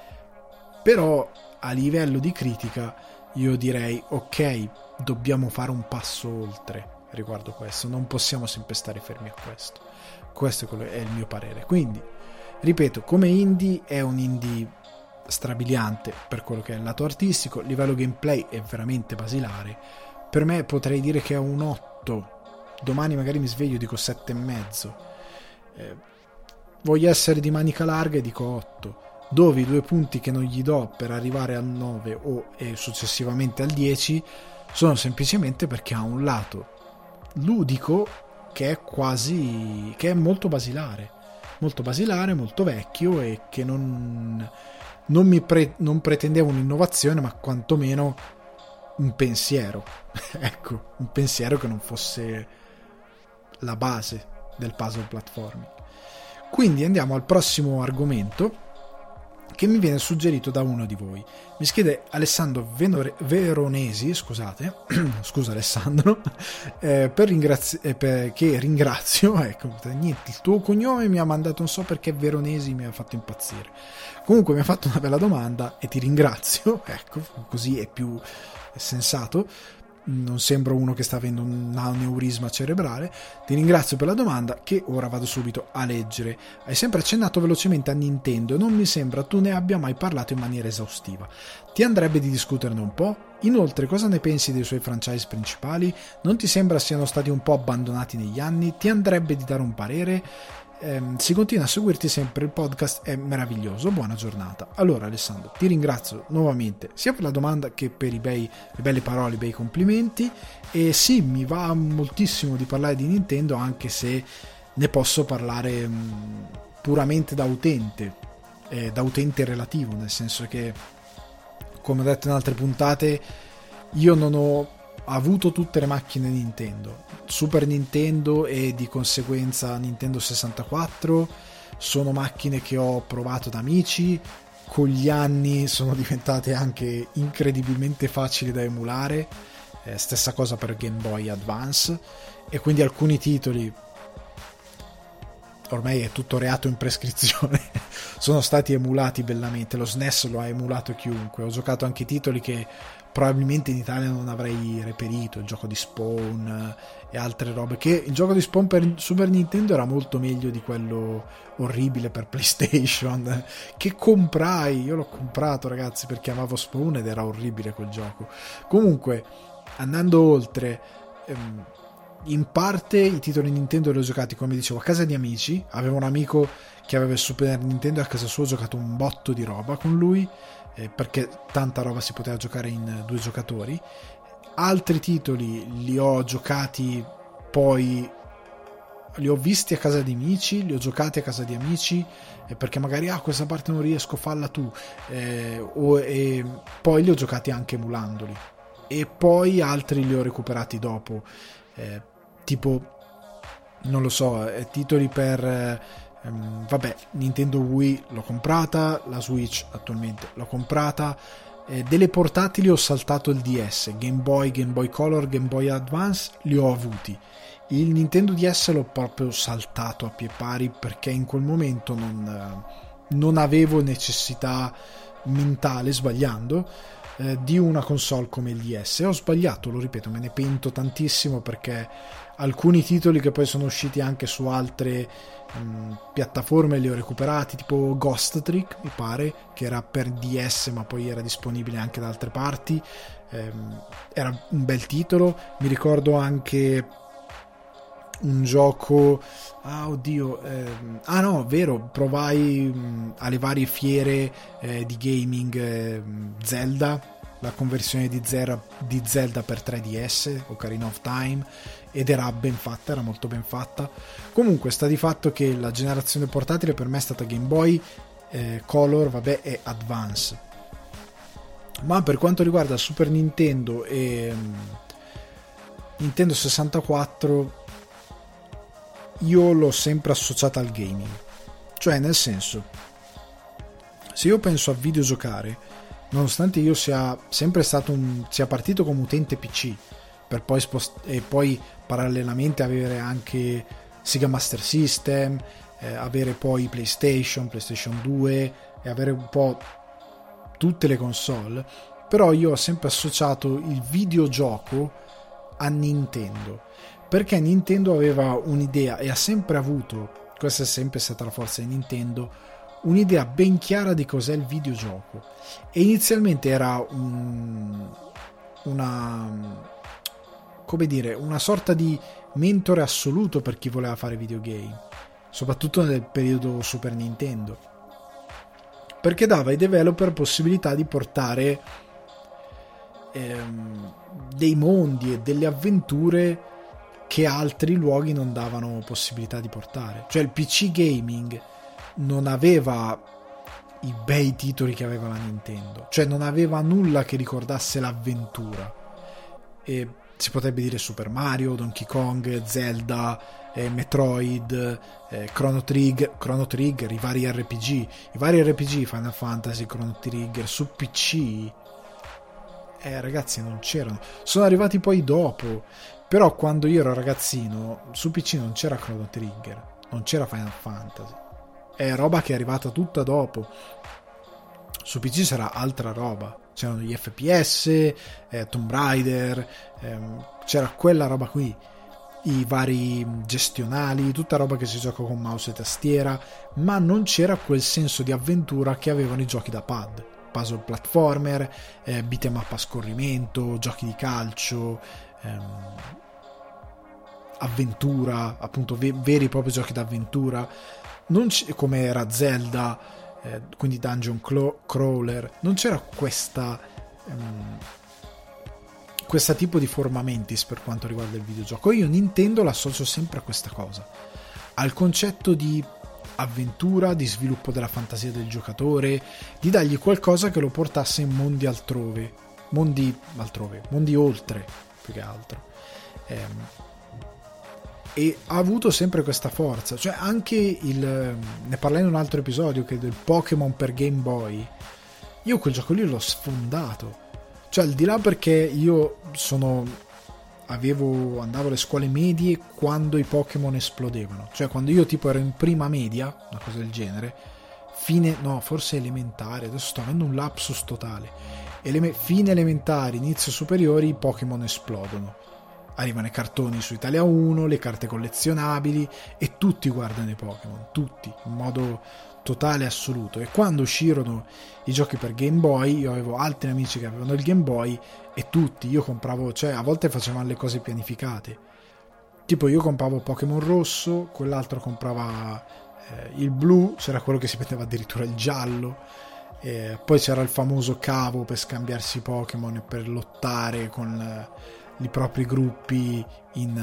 S1: però a livello di critica io direi ok, dobbiamo fare un passo oltre riguardo questo, non possiamo sempre stare fermi a questo. Questo è, quello, è il mio parere. Quindi ripeto, come indie è un indie strabiliante per quello che è il lato artistico, il livello gameplay è veramente basilare. Per me potrei dire che è un otto, domani magari mi sveglio e dico sette e mezzo, eh, voglio essere di manica larga e dico otto, dove i due punti che non gli do per arrivare al nove o e successivamente al dieci sono semplicemente perché ha un lato ludico che è quasi, che è molto basilare molto basilare, molto vecchio, e che non non mi pre, non pretendeva un'innovazione, ma quantomeno un pensiero ecco, un pensiero che non fosse la base del puzzle platforming. Quindi andiamo al prossimo argomento, che mi viene suggerito da uno di voi. Mi scrive Alessandro Venore- Veronesi, scusate, scusa Alessandro, eh, per ringrazi- eh, per, che ringrazio, ecco, niente, il tuo cognome mi ha mandato, non so perché Veronesi mi ha fatto impazzire. Comunque mi ha fatto una bella domanda e ti ringrazio, ecco, così è più sensato. Non sembro uno che sta avendo un aneurisma cerebrale. Ti ringrazio per la domanda, che ora vado subito a leggere. Hai sempre accennato velocemente a Nintendo e non mi sembra tu ne abbia mai parlato in maniera esaustiva. Ti andrebbe di discuterne un po'? Inoltre, cosa ne pensi dei suoi franchise principali? Non ti sembra siano stati un po' abbandonati negli anni? Ti andrebbe di dare un parere? Eh, si continua a seguirti sempre, il podcast è meraviglioso, buona giornata. Allora Alessandro, ti ringrazio nuovamente sia per la domanda che per i bei, le belle parole, i bei complimenti. E sì, mi va moltissimo di parlare di Nintendo, anche se ne posso parlare mh, puramente da utente, eh, da utente relativo, nel senso che, come ho detto in altre puntate, io non ho avuto tutte le macchine Nintendo, Super Nintendo e di conseguenza Nintendo sessantaquattro sono macchine che ho provato da amici, con gli anni sono diventate anche incredibilmente facili da emulare, eh, stessa cosa per Game Boy Advance, e quindi alcuni titoli, ormai è tutto reato in prescrizione, sono stati emulati bellamente. Lo S N E S lo ha emulato chiunque. Ho giocato anche titoli che probabilmente in Italia non avrei reperito, il gioco di Spawn e altre robe, che il gioco di Spawn per Super Nintendo era molto meglio di quello orribile per PlayStation che comprai. Io l'ho comprato, ragazzi, perché amavo Spawn ed era orribile quel gioco. Comunque, andando oltre, ehm, in parte i titoli Nintendo li ho giocati, come dicevo, a casa di amici. Avevo un amico che aveva il Super Nintendo e a casa sua ho giocato un botto di roba con lui, eh, perché tanta roba si poteva giocare in due giocatori. Altri titoli li ho giocati, poi li ho visti a casa di amici, li ho giocati a casa di amici, eh, perché magari ah, questa parte non riesco, falla tu, eh, o, e poi li ho giocati anche emulandoli, e poi altri li ho recuperati dopo, eh, tipo non lo so, eh, titoli per eh, ehm, vabbè, Nintendo Wii l'ho comprata, la Switch attualmente l'ho comprata, eh, delle portatili ho saltato il D S, Game Boy, Game Boy Color, Game Boy Advance li ho avuti. Il Nintendo D S l'ho proprio saltato a pie pari perché in quel momento non, non avevo necessità mentale, sbagliando, eh, di una console come il D S. Ho sbagliato, lo ripeto, me ne pento tantissimo, perché alcuni titoli che poi sono usciti anche su altre mh, piattaforme li ho recuperati, tipo Ghost Trick, mi pare, che era per D S ma poi era disponibile anche da altre parti. Eh, era un bel titolo. Mi ricordo anche un gioco, ah oddio, ehm, ah no, vero, provai mh, alle varie fiere eh, di gaming eh, Zelda, la conversione di, Zera, di Zelda per tre D S, Ocarina of Time, ed era ben fatta, era molto ben fatta. Comunque sta di fatto che la generazione portatile per me è stata Game Boy eh, Color, vabbè, e Advance. Ma per quanto riguarda Super Nintendo e um, Nintendo sessantaquattro, io l'ho sempre associata al gaming, cioè nel senso, se io penso a videogiocare, nonostante io sia sempre stato un, sia partito come utente P C per poi spost- e poi parallelamente avere anche Sega Master System, eh, avere poi PlayStation, PlayStation due e avere un po' tutte le console, però io ho sempre associato il videogioco a Nintendo, perché Nintendo aveva un'idea e ha sempre avuto, questa è sempre stata la forza di Nintendo, un'idea ben chiara di cos'è il videogioco. E inizialmente era un, una, come dire, una sorta di mentore assoluto per chi voleva fare videogame, soprattutto nel periodo Super Nintendo, perché dava ai developer possibilità di portare ehm, dei mondi e delle avventure che altri luoghi non davano possibilità di portare. Cioè il P C gaming non aveva i bei titoli che aveva la Nintendo, cioè non aveva nulla che ricordasse l'avventura, e si potrebbe dire Super Mario, Donkey Kong, Zelda, eh, Metroid, eh, Chrono Trigger, Chrono Trigger, i vari R P G, i vari R P G, Final Fantasy, Chrono Trigger su P C, eh ragazzi, non c'erano, sono arrivati poi dopo. Però quando io ero ragazzino su P C non c'era Chrono Trigger, non c'era Final Fantasy, è roba che è arrivata tutta dopo. Su P C c'era altra roba, c'erano gli F P S, eh, Tomb Raider, ehm, c'era quella roba qui, i vari gestionali, tutta roba che si gioca con mouse e tastiera, ma non c'era quel senso di avventura che avevano i giochi da pad, puzzle platformer, eh, beat 'em up a scorrimento, giochi di calcio, ehm, avventura, appunto ve- veri e propri giochi d'avventura, non c- come era Zelda, eh, quindi dungeon clo- crawler, non c'era questa ehm, questa tipo di forma mentis per quanto riguarda il videogioco. Io Nintendo l'associo sempre a questa cosa, al concetto di avventura, di sviluppo della fantasia del giocatore, di dargli qualcosa che lo portasse in mondi altrove, mondi altrove, mondi oltre più che altro. Ehm, e ha avuto sempre questa forza, cioè anche il, ne parlai in un altro episodio, che del Pokémon per Game Boy, io quel gioco lì l'ho sfondato, cioè al di là perché io sono avevo andavo alle scuole medie quando i Pokémon esplodevano, cioè quando io tipo ero in prima media, una cosa del genere, fine no forse elementare, adesso sto avendo un lapsus totale, Eleme, fine elementari, inizio superiori, i Pokémon esplodono, arrivano i cartoni su Italia uno, le carte collezionabili e tutti guardano i Pokémon, tutti, in modo totale e assoluto. E quando uscirono i giochi per Game Boy, io avevo altri amici che avevano il Game Boy e tutti, io compravo, cioè a volte facevamo le cose pianificate, tipo io compravo Pokémon rosso, quell'altro comprava eh, il blu, c'era quello che si metteva addirittura il giallo, eh, poi c'era il famoso cavo per scambiarsi Pokémon e per lottare con eh, i propri gruppi in,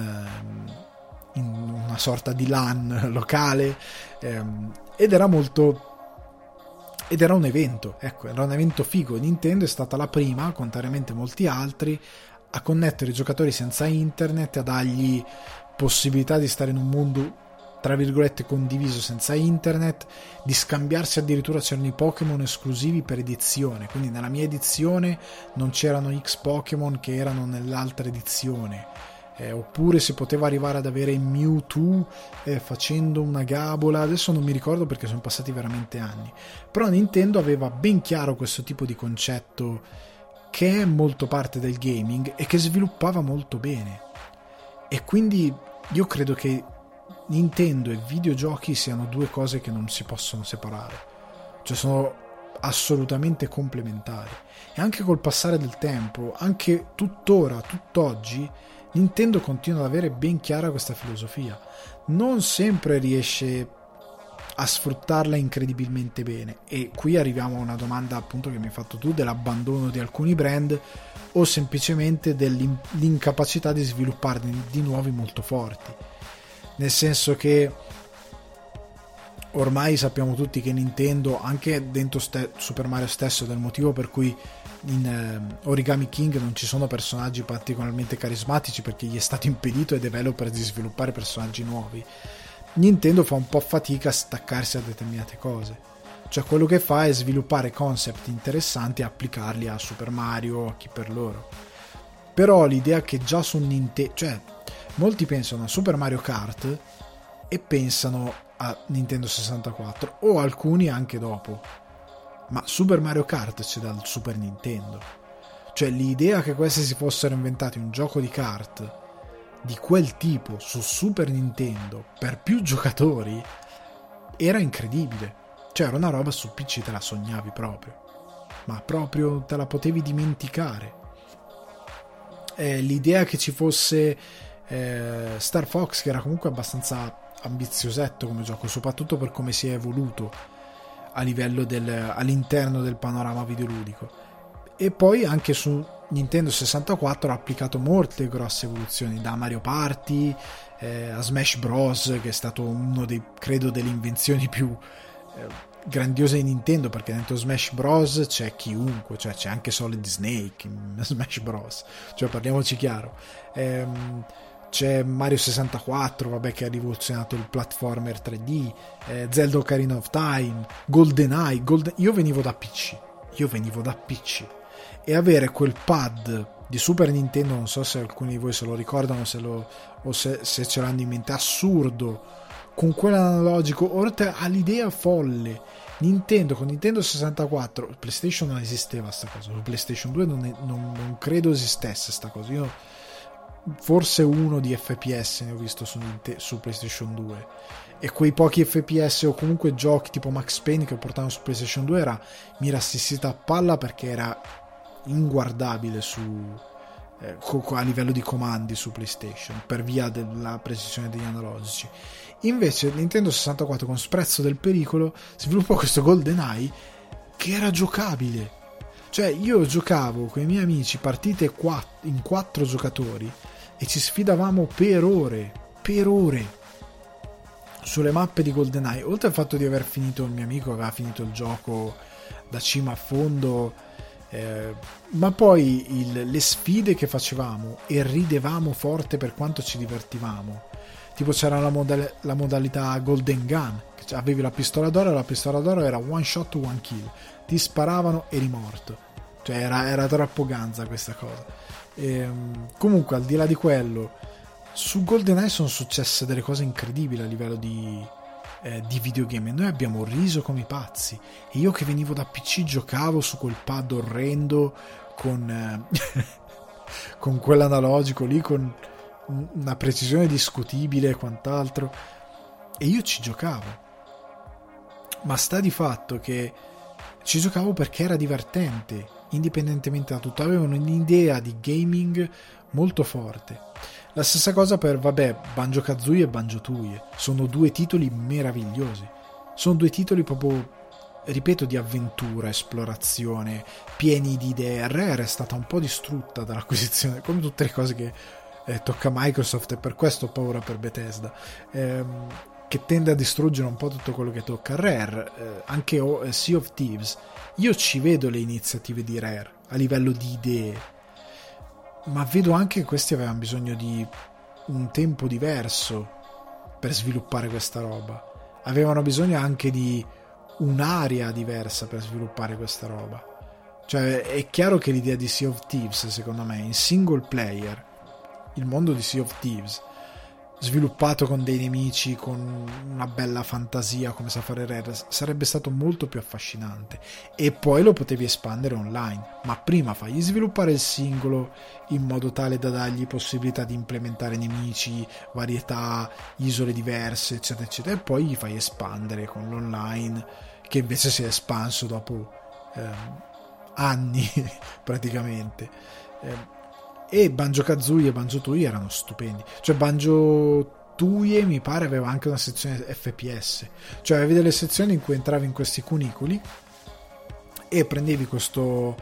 S1: in una sorta di LAN locale, ehm, ed era molto ed era un evento, ecco, era un evento figo. Nintendo è stata la prima, contrariamente a molti altri, a connettere i giocatori senza internet, a dargli possibilità di stare in un mondo tra virgolette condiviso senza internet, di scambiarsi, addirittura c'erano i Pokémon esclusivi per edizione, quindi nella mia edizione non c'erano X Pokémon che erano nell'altra edizione, eh, oppure si poteva arrivare ad avere Mewtwo eh, facendo una gabola, adesso non mi ricordo perché sono passati veramente anni, però Nintendo aveva ben chiaro questo tipo di concetto che è molto parte del gaming e che sviluppava molto bene, e quindi io credo che Nintendo e videogiochi siano due cose che non si possono separare, cioè sono assolutamente complementari, e anche col passare del tempo, anche tuttora, tutt'oggi, Nintendo continua ad avere ben chiara questa filosofia, non sempre riesce a sfruttarla incredibilmente bene, e qui arriviamo a una domanda appunto che mi hai fatto tu, dell'abbandono di alcuni brand o semplicemente dell'incapacità di svilupparne di nuovi molto forti, nel senso che ormai sappiamo tutti che Nintendo, anche dentro ste- Super Mario stesso, del motivo per cui in eh, Origami King non ci sono personaggi particolarmente carismatici, perché gli è stato impedito ai developer di sviluppare personaggi nuovi, Nintendo fa un po' fatica a staccarsi da determinate cose, cioè quello che fa è sviluppare concept interessanti e applicarli a Super Mario, a chi per loro. Però l'idea che già su Nintendo, cioè molti pensano a Super Mario Kart e pensano a Nintendo sessantaquattro, o alcuni anche dopo, ma Super Mario Kart c'è dal Super Nintendo, cioè l'idea che questi si fossero inventati un gioco di kart di quel tipo su Super Nintendo per più giocatori era incredibile, cioè era una roba, su P C te la sognavi proprio, ma proprio te la potevi dimenticare. Eh, l'idea che ci fosse eh, Star Fox, che era comunque abbastanza ambiziosetto come gioco, soprattutto per come si è evoluto a livello del, all'interno del panorama videoludico, e poi anche su Nintendo sessantaquattro ha applicato molte grosse evoluzioni, da Mario Party eh, a Smash Bros, che è stato uno dei, credo, delle invenzioni più eh, grandiose di Nintendo, perché dentro Smash Bros c'è chiunque, cioè c'è anche Solid Snake in Smash Bros, cioè parliamoci chiaro. ehm, c'è Mario sessantaquattro, vabbè, che ha rivoluzionato il platformer tre D, eh, Zelda Ocarina of Time, GoldenEye, Golden... io venivo da P C, io venivo da P C, e avere quel pad di Super Nintendo, non so se alcuni di voi se lo ricordano, se lo, o se, se ce l'hanno in mente, assurdo, con quell'analogico, oltre all'idea folle, Nintendo con Nintendo sessantaquattro, PlayStation non esisteva sta cosa, su PlayStation due non, è, non, non credo esistesse sta cosa, io forse uno di F P S ne ho visto su, su PlayStation due, e quei pochi F P S o comunque giochi tipo Max Payne che portavano su PlayStation due era mira assistita a palla, perché era inguardabile su eh, a livello di comandi su PlayStation per via della precisione degli analogici. Invece Nintendo sessantaquattro, con sprezzo del pericolo, sviluppò questo GoldenEye che era giocabile, cioè io giocavo con i miei amici partite in quattro giocatori e ci sfidavamo per ore per ore sulle mappe di GoldenEye, oltre al fatto di aver finito, il mio amico aveva finito il gioco da cima a fondo, eh, ma poi il, le sfide che facevamo e ridevamo forte per quanto ci divertivamo. Tipo c'era la, modal- la modalità Golden Gun, che avevi la pistola d'oro e la pistola d'oro era one shot one kill, ti sparavano e eri morto, cioè era, era troppo ganza questa cosa. E, comunque al di là di quello, su GoldenEye sono successe delle cose incredibili a livello di, eh, di videogame, e noi abbiamo riso come i pazzi, e io che venivo da P C giocavo su quel pad orrendo con eh, con quell'analogico lì con una precisione discutibile e quant'altro, e io ci giocavo, ma sta di fatto che ci giocavo perché era divertente, indipendentemente da tutto, avevo un'idea di gaming molto forte. La stessa cosa per, vabbè, Banjo-Kazooie e Banjo-Tooie, sono due titoli meravigliosi, sono due titoli proprio, ripeto, di avventura, esplorazione, pieni di idee. Rare è stata un po' distrutta dall'acquisizione, come tutte le cose che Eh, tocca a Microsoft, e per questo ho paura per Bethesda, ehm, che tende a distruggere un po' tutto quello che tocca. Rare, eh, anche oh, Sea of Thieves, io ci vedo le iniziative di Rare a livello di idee, ma vedo anche che questi avevano bisogno di un tempo diverso per sviluppare questa roba, avevano bisogno anche di un'area diversa per sviluppare questa roba. Cioè è chiaro che l'idea di Sea of Thieves, secondo me, in single player, il mondo di Sea of Thieves sviluppato con dei nemici, con una bella fantasia come sa fare Rare, sarebbe stato molto più affascinante, e poi lo potevi espandere online, ma prima fagli sviluppare il singolo in modo tale da dargli possibilità di implementare nemici, varietà, isole diverse, eccetera eccetera, e poi gli fai espandere con l'online, che invece si è espanso dopo ehm, anni praticamente. eh, E Banjo-Kazooie e Banjo-Tooie erano stupendi. Cioè Banjo-Tooie mi pare aveva anche una sezione F P S, cioè avevi delle sezioni in cui entravi in questi cunicoli e prendevi questo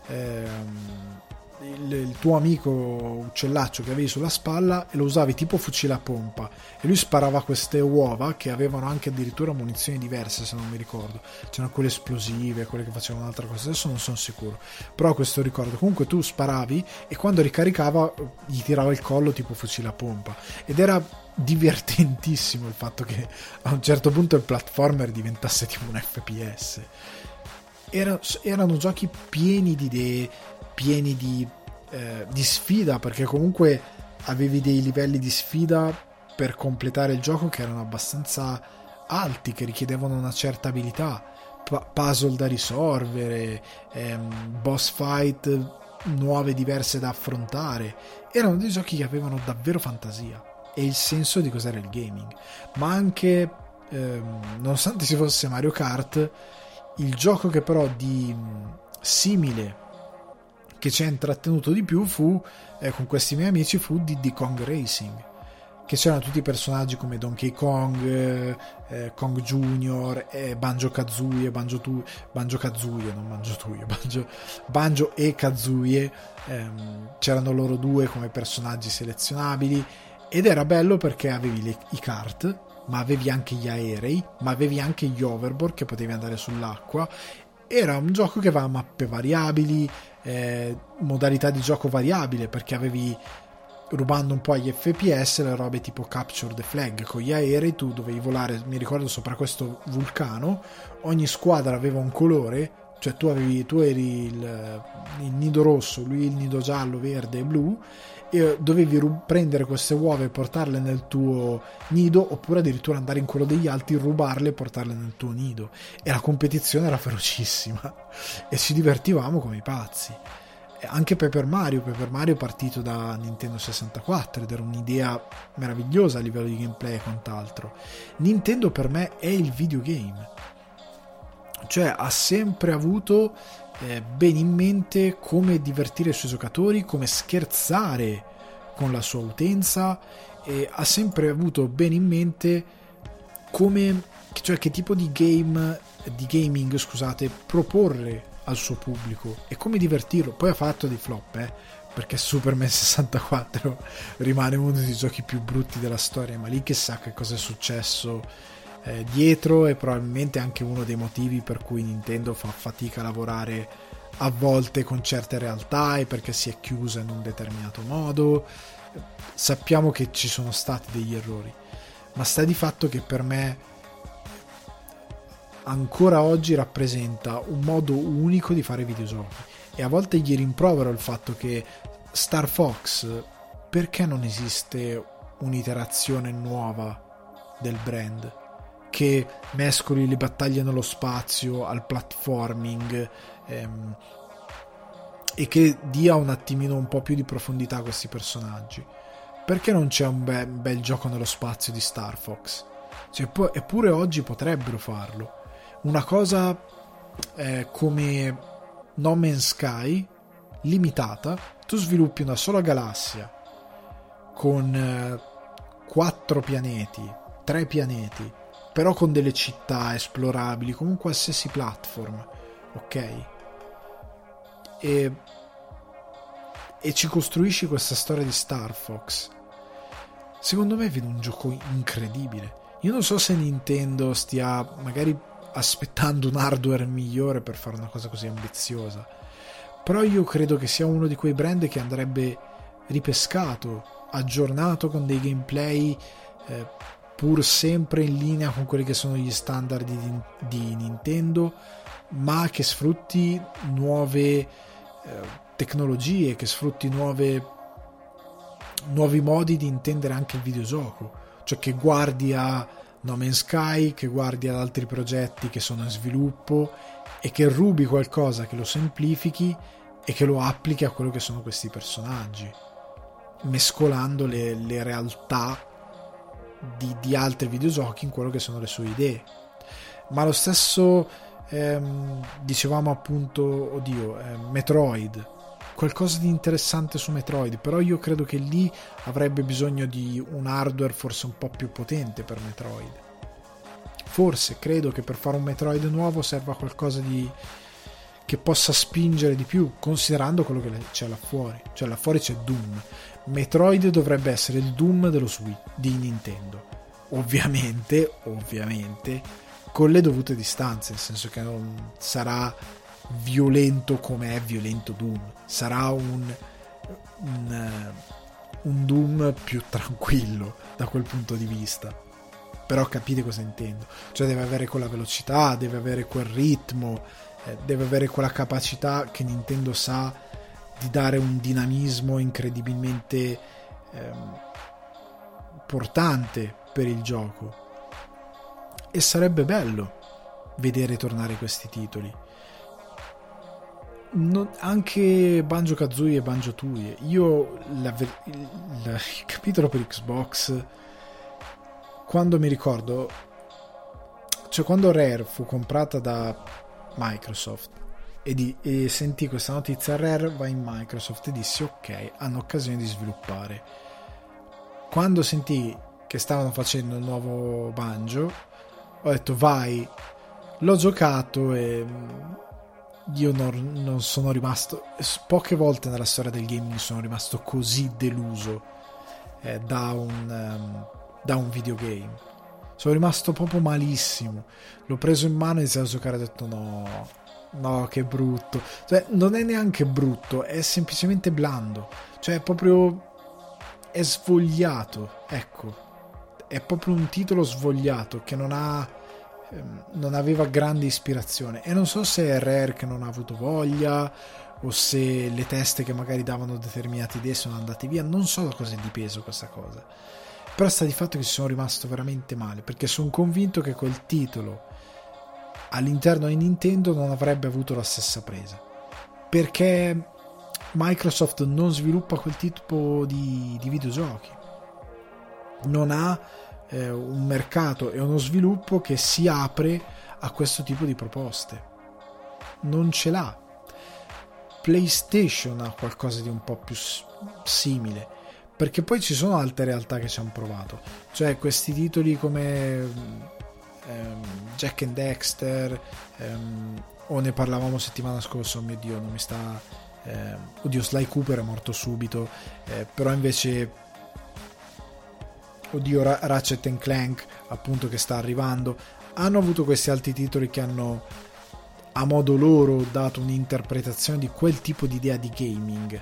S1: ehm, il, il tuo amico uccellaccio che avevi sulla spalla e lo usavi tipo fucile a pompa, e lui sparava queste uova che avevano anche addirittura munizioni diverse, se non mi ricordo, c'erano quelle esplosive, quelle che facevano un'altra cosa, adesso non sono sicuro, però questo ricordo. Comunque tu sparavi e quando ricaricava gli tirava il collo tipo fucile a pompa, ed era divertentissimo il fatto che a un certo punto il platformer diventasse tipo un F P S. Era, erano giochi pieni di idee, pieni di, eh, di sfida, perché comunque avevi dei livelli di sfida per completare il gioco che erano abbastanza alti, che richiedevano una certa abilità, P- puzzle da risolvere, ehm, boss fight nuove, diverse da affrontare. Erano dei giochi che avevano davvero fantasia e il senso di cos'era il gaming, ma anche ehm, nonostante si fosse Mario Kart, il gioco che però di simile che ci ha intrattenuto di più fu eh, con questi miei amici fu Diddy Kong Racing, che c'erano tutti i personaggi come Donkey Kong, eh, eh, Kong Junior, eh, Banjo Kazooie, Banjo tu Banjo Kazooie, non Banjo Tooie, Banjo, Banjo e Kazooie, ehm, c'erano loro due come personaggi selezionabili, ed era bello perché avevi le, i kart, ma avevi anche gli aerei, ma avevi anche gli hoverboard che potevi andare sull'acqua. Era un gioco che aveva mappe variabili, eh, modalità di gioco variabile, perché avevi, rubando un po' agli F P S, le robe tipo Capture the Flag. Con gli aerei tu dovevi volare, mi ricordo, sopra questo vulcano, ogni squadra aveva un colore, cioè tu avevi tu eri il, il nido rosso, lui il nido giallo, verde e blu, e dovevi ru- prendere queste uova e portarle nel tuo nido, oppure addirittura andare in quello degli altri, rubarle e portarle nel tuo nido, e la competizione era ferocissima e ci divertivamo come i pazzi. E anche Paper Mario Paper Mario è partito da Nintendo sessantaquattro ed era un'idea meravigliosa a livello di gameplay e quant'altro. Nintendo per me è il videogame, cioè ha sempre avuto Eh, bene in mente come divertire i suoi giocatori, come scherzare con la sua utenza, e ha sempre avuto bene in mente come, cioè che tipo di game di gaming, scusate, proporre al suo pubblico e come divertirlo. Poi ha fatto dei flop, eh. perché Superman sessantaquattro rimane uno dei giochi più brutti della storia, ma lì chissà che cosa è successo eh, dietro, e probabilmente anche uno dei motivi per cui Nintendo fa fatica a lavorare a volte con certe realtà, e perché si è chiusa in un determinato modo. Sappiamo che ci sono stati degli errori, ma sta di fatto che per me ancora oggi rappresenta un modo unico di fare videogiochi, e a volte gli rimprovero il fatto che Star Fox, perché non esiste un'iterazione nuova del brand che mescoli le battaglie nello spazio al platforming, ehm, e che dia un attimino un po' più di profondità a questi personaggi? Perché non c'è un be- bel gioco nello spazio di Star Fox? Cioè, pu- eppure oggi potrebbero farlo. Una cosa eh, come No Man's Sky, limitata, tu sviluppi una sola galassia con eh, quattro pianeti, tre pianeti, però con delle città esplorabili, con un qualsiasi platform, ok? E, e ci costruisci questa storia di Star Fox. Secondo me vedo un gioco incredibile. Io non so se Nintendo stia magari aspettando un hardware migliore per fare una cosa così ambiziosa, però io credo che sia uno di quei brand che andrebbe ripescato, aggiornato con dei gameplay eh, pur sempre in linea con quelli che sono gli standard di, di Nintendo, ma che sfrutti nuove eh, tecnologie, che sfrutti nuove nuovi modi di intendere anche il videogioco, cioè che guardi a No Man's Sky, che guardi ad altri progetti che sono in sviluppo, e che rubi qualcosa, che lo semplifichi e che lo applichi a quello che sono questi personaggi, mescolando le, le realtà di, di altri videogiochi in quello che sono le sue idee. Ma lo stesso ehm, dicevamo appunto, oddio, eh, Metroid, qualcosa di interessante su Metroid, però io credo che lì avrebbe bisogno di un hardware forse un po' più potente per Metroid. Forse credo che per fare un Metroid nuovo serva qualcosa di che possa spingere di più, considerando quello che c'è là fuori. Cioè là fuori c'è Doom. Metroid dovrebbe essere il Doom dello Switch di Nintendo, ovviamente ovviamente con le dovute distanze, nel senso che non sarà violento come è violento Doom, sarà un, un, un Doom più tranquillo da quel punto di vista, però capite cosa intendo, cioè deve avere quella velocità, deve avere quel ritmo, eh, deve avere quella capacità che Nintendo sa di dare un dinamismo incredibilmente ehm, importante per il gioco, e sarebbe bello vedere tornare questi titoli. Non, anche Banjo-Kazooie e Banjo-Tooie, io la, il, il capitolo per Xbox, quando mi ricordo, cioè quando Rare fu comprata da Microsoft e, di, e sentì questa notizia, Rare va in Microsoft e dissi ok, hanno occasione di sviluppare. Quando sentì che stavano facendo il nuovo Banjo, ho detto vai, l'ho giocato e io non, non sono rimasto, poche volte nella storia del gaming sono rimasto così deluso eh, da un um, da un videogame. Sono rimasto proprio malissimo, l'ho preso in mano e iniziato a giocare e ho detto no no che brutto, cioè non è neanche brutto, è semplicemente blando, cioè è proprio è svogliato, ecco, è proprio un titolo svogliato che non ha non aveva grande ispirazione, e non so se è Rare che non ha avuto voglia o se le teste che magari davano determinate idee sono andate via, non so da cosa è dipeso questa cosa, però sta di fatto che ci sono rimasto veramente male, perché sono convinto che quel titolo all'interno di Nintendo non avrebbe avuto la stessa presa, perché Microsoft non sviluppa quel tipo di, di videogiochi, non ha eh, un mercato e uno sviluppo che si apre a questo tipo di proposte, non ce l'ha. PlayStation ha qualcosa di un po' più simile, perché poi ci sono altre realtà che ci hanno provato, cioè questi titoli come ehm, Jack and Dexter, ehm, o ne parlavamo settimana scorsa, oh mio Dio, non mi sta eh, oddio, Sly Cooper è morto subito, eh, però invece oddio, Ra- Ratchet and Clank appunto che sta arrivando, hanno avuto questi altri titoli che hanno a modo loro dato un'interpretazione di quel tipo di idea di gaming,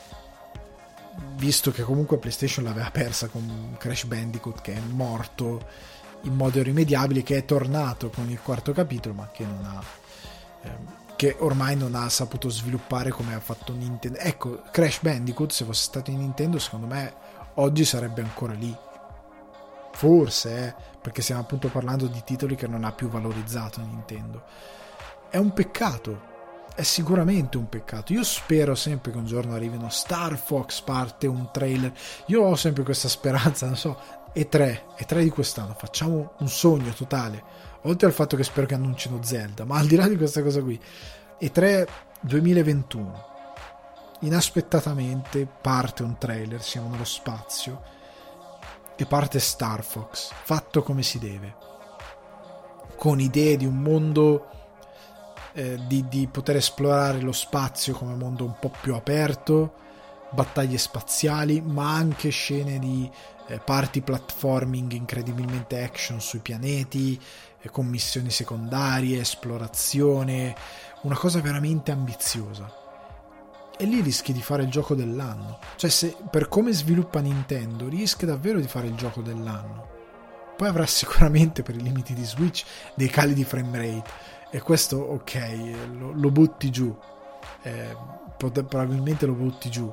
S1: visto che comunque PlayStation l'aveva persa con Crash Bandicoot, che è morto in modo irrimediabile, che è tornato con il quarto capitolo, ma che non ha ehm, che ormai non ha saputo sviluppare come ha fatto Nintendo. Ecco, Crash Bandicoot, se fosse stato in Nintendo, secondo me oggi sarebbe ancora lì, forse, eh, perché stiamo appunto parlando di titoli che non ha più valorizzato Nintendo. È un peccato, è sicuramente un peccato. Io spero sempre che un giorno arrivino Star Fox, parte un trailer, io ho sempre questa speranza, non so, E tre, E tre di quest'anno, facciamo un sogno totale, oltre al fatto che spero che annuncino Zelda, ma al di là di questa cosa qui, E tre duemilaventuno, inaspettatamente parte un trailer, siamo nello spazio e parte Star Fox, fatto come si deve, con idee di un mondo eh, di, di poter esplorare lo spazio come mondo un po' più aperto, battaglie spaziali, ma anche scene di eh, party platforming incredibilmente action sui pianeti, eh, con missioni secondarie, esplorazione, una cosa veramente ambiziosa. E lì rischi di fare il gioco dell'anno, cioè, se per come sviluppa Nintendo rischia davvero di fare il gioco dell'anno. Poi avrà sicuramente, per i limiti di Switch, dei cali di frame rate, e questo ok, lo, lo butti giù, eh, pot- probabilmente lo butti giù,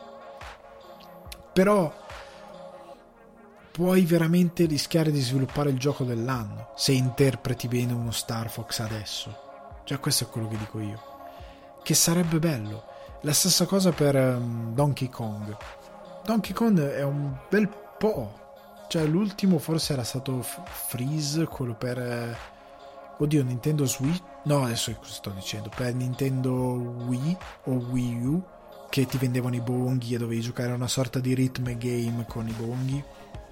S1: però puoi veramente rischiare di sviluppare il gioco dell'anno se interpreti bene uno Star Fox adesso. Cioè, questo è quello che dico io, che sarebbe bello. La stessa cosa per um, Donkey Kong. Donkey Kong è un bel po', cioè l'ultimo forse era stato F- Freeze, quello per eh, oddio, Nintendo Switch, no, adesso cosa sto dicendo, per Nintendo Wii o Wii U, che ti vendevano i bonghi e dovevi giocare a una sorta di rhythm game con i bonghi.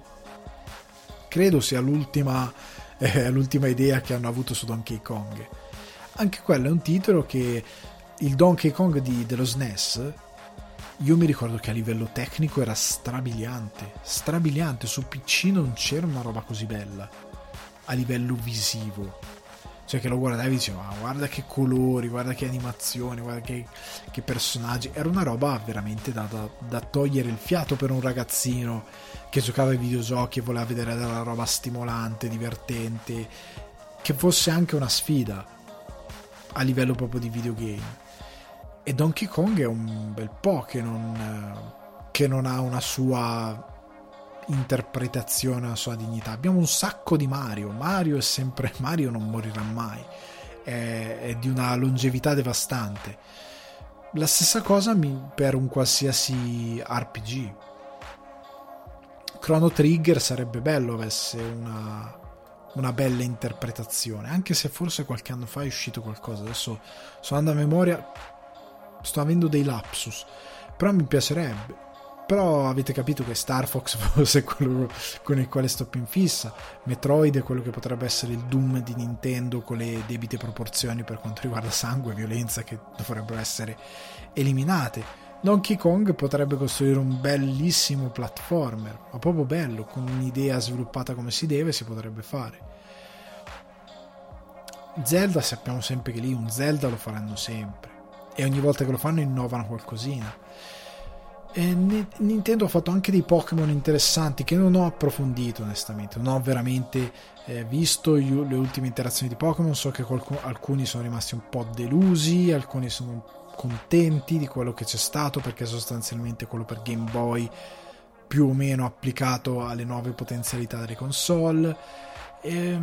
S1: Credo sia l'ultima eh, l'ultima idea che hanno avuto su Donkey Kong. Anche quello è un titolo che il Donkey Kong di, dello S N E S, io mi ricordo che a livello tecnico era strabiliante, strabiliante, su P C non c'era una roba così bella a livello visivo, cioè che lo guardavi e dicevi, ma guarda che colori, guarda che animazioni, guarda che, che personaggi, era una roba veramente da, da, da togliere il fiato per un ragazzino che giocava ai videogiochi e voleva vedere della roba stimolante, divertente, che fosse anche una sfida a livello proprio di videogame. E Donkey Kong è un bel po' che non, che non ha una sua interpretazione, una sua dignità. Abbiamo un sacco di Mario. Mario è sempre Mario, non morirà mai, è, è di una longevità devastante. La stessa cosa per un qualsiasi R P G. Chrono Trigger sarebbe bello avesse una una bella interpretazione, anche se forse qualche anno fa è uscito qualcosa, adesso sto andando a memoria, sto avendo dei lapsus, però mi piacerebbe. Però avete capito che Star Fox forse è quello con il quale sto più in fissa. Metroid è quello che potrebbe essere il Doom di Nintendo, con le debite proporzioni per quanto riguarda sangue e violenza che dovrebbero essere eliminate. Donkey Kong potrebbe costruire un bellissimo platformer, ma proprio bello, con un'idea sviluppata come si deve, si potrebbe fare. Zelda, sappiamo sempre che lì un Zelda lo faranno sempre, e ogni volta che lo fanno innovano qualcosina. E Nintendo ha fatto anche dei Pokémon interessanti che non ho approfondito onestamente, non ho veramente eh, visto io, le ultime interazioni di Pokémon. So che qualcuno, alcuni sono rimasti un po' delusi, alcuni sono contenti di quello che c'è stato, perché sostanzialmente quello per Game Boy più o meno applicato alle nuove potenzialità delle console. E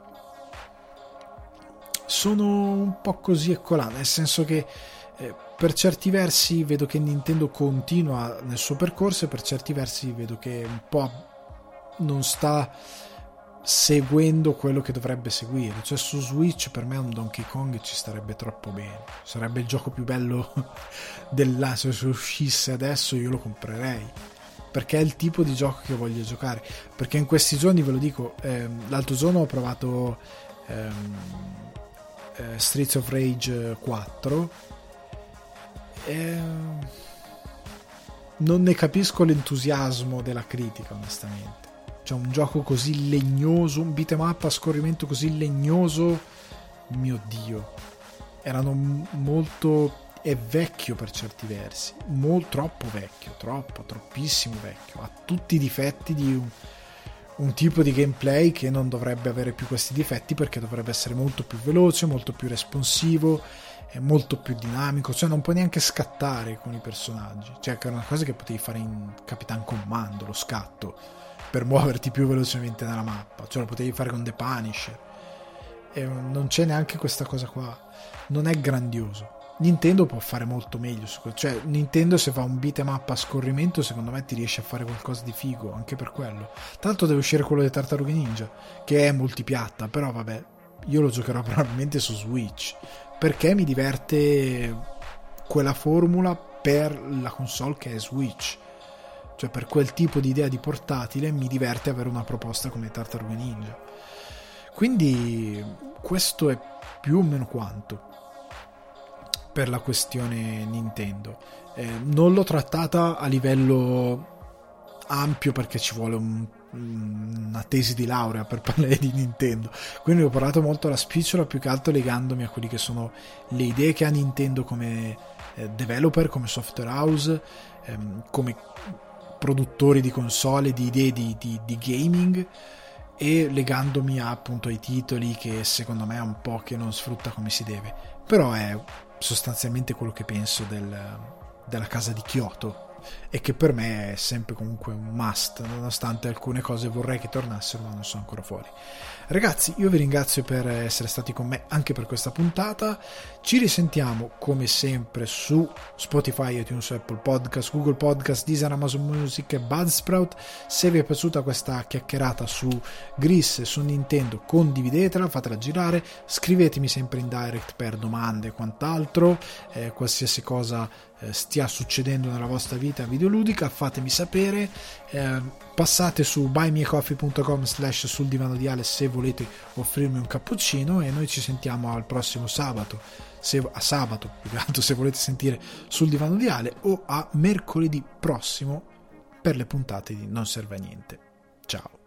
S1: sono un po' così e colà, nel senso che eh, per certi versi vedo che Nintendo continua nel suo percorso e per certi versi vedo che un po' non sta seguendo quello che dovrebbe seguire. Cioè, su Switch per me un Donkey Kong ci starebbe troppo bene, sarebbe il gioco più bello dell'anno. Se uscisse adesso io lo comprerei, perché è il tipo di gioco che voglio giocare. Perché in questi giorni, ve lo dico, ehm, l'altro giorno ho provato ehm, eh, Streets of Rage quattro eh, non ne capisco l'entusiasmo della critica, onestamente. Cioè, un gioco così legnoso, un beat'em up a scorrimento così legnoso, mio Dio, erano molto... è vecchio per certi versi, molto, troppo vecchio, troppo, troppissimo vecchio, ha tutti i difetti di un, un tipo di gameplay che non dovrebbe avere più questi difetti, perché dovrebbe essere molto più veloce, molto più responsivo, è molto più dinamico, cioè non puoi neanche scattare con i personaggi, cioè che è una cosa che potevi fare in Capitan Commando, lo scatto, per muoverti più velocemente nella mappa, cioè lo potevi fare con The Punisher, e non c'è neanche questa cosa qua, non è grandioso. Nintendo può fare molto meglio, cioè Nintendo se fa un beat'em up a scorrimento secondo me ti riesce a fare qualcosa di figo anche per quello. Tanto deve uscire quello di Tartarughe Ninja che è multipiatta, però vabbè, io lo giocherò probabilmente su Switch perché mi diverte quella formula per la console che è Switch, cioè per quel tipo di idea di portatile mi diverte avere una proposta come Tartarughe Ninja. Quindi questo è più o meno quanto per la questione Nintendo. Eh, non l'ho trattata a livello ampio perché ci vuole un, una tesi di laurea per parlare di Nintendo, quindi ho parlato molto alla spicciola, più che altro legandomi a quelli che sono le idee che ha Nintendo come eh, developer, come software house, ehm, come produttori di console, di idee di, di, di gaming, e legandomi a, appunto ai titoli che secondo me è un po' che non sfrutta come si deve, però è sostanzialmente quello che penso del, della casa di Kyoto, e che per me è sempre comunque un must, nonostante alcune cose vorrei che tornassero ma non sono ancora fuori. Ragazzi, io vi ringrazio per essere stati con me anche per questa puntata, ci risentiamo come sempre su Spotify, iTunes, Apple Podcast, Google Podcast, Deezer, Amazon Music e Buzzsprout. Se vi è piaciuta questa chiacchierata su Gris e su Nintendo, condividetela, fatela girare, scrivetemi sempre in direct per domande e quant'altro, eh, qualsiasi cosa eh, stia succedendo nella vostra vita videoludica, fatemi sapere. Eh, passate su buymeacoffee punto com slash sul divano di Ale se volete offrirmi un cappuccino, e noi ci sentiamo al prossimo sabato, se, a sabato più che altro se volete sentire sul divano di Ale, o a mercoledì prossimo per le puntate di Non Serve a Niente. Ciao.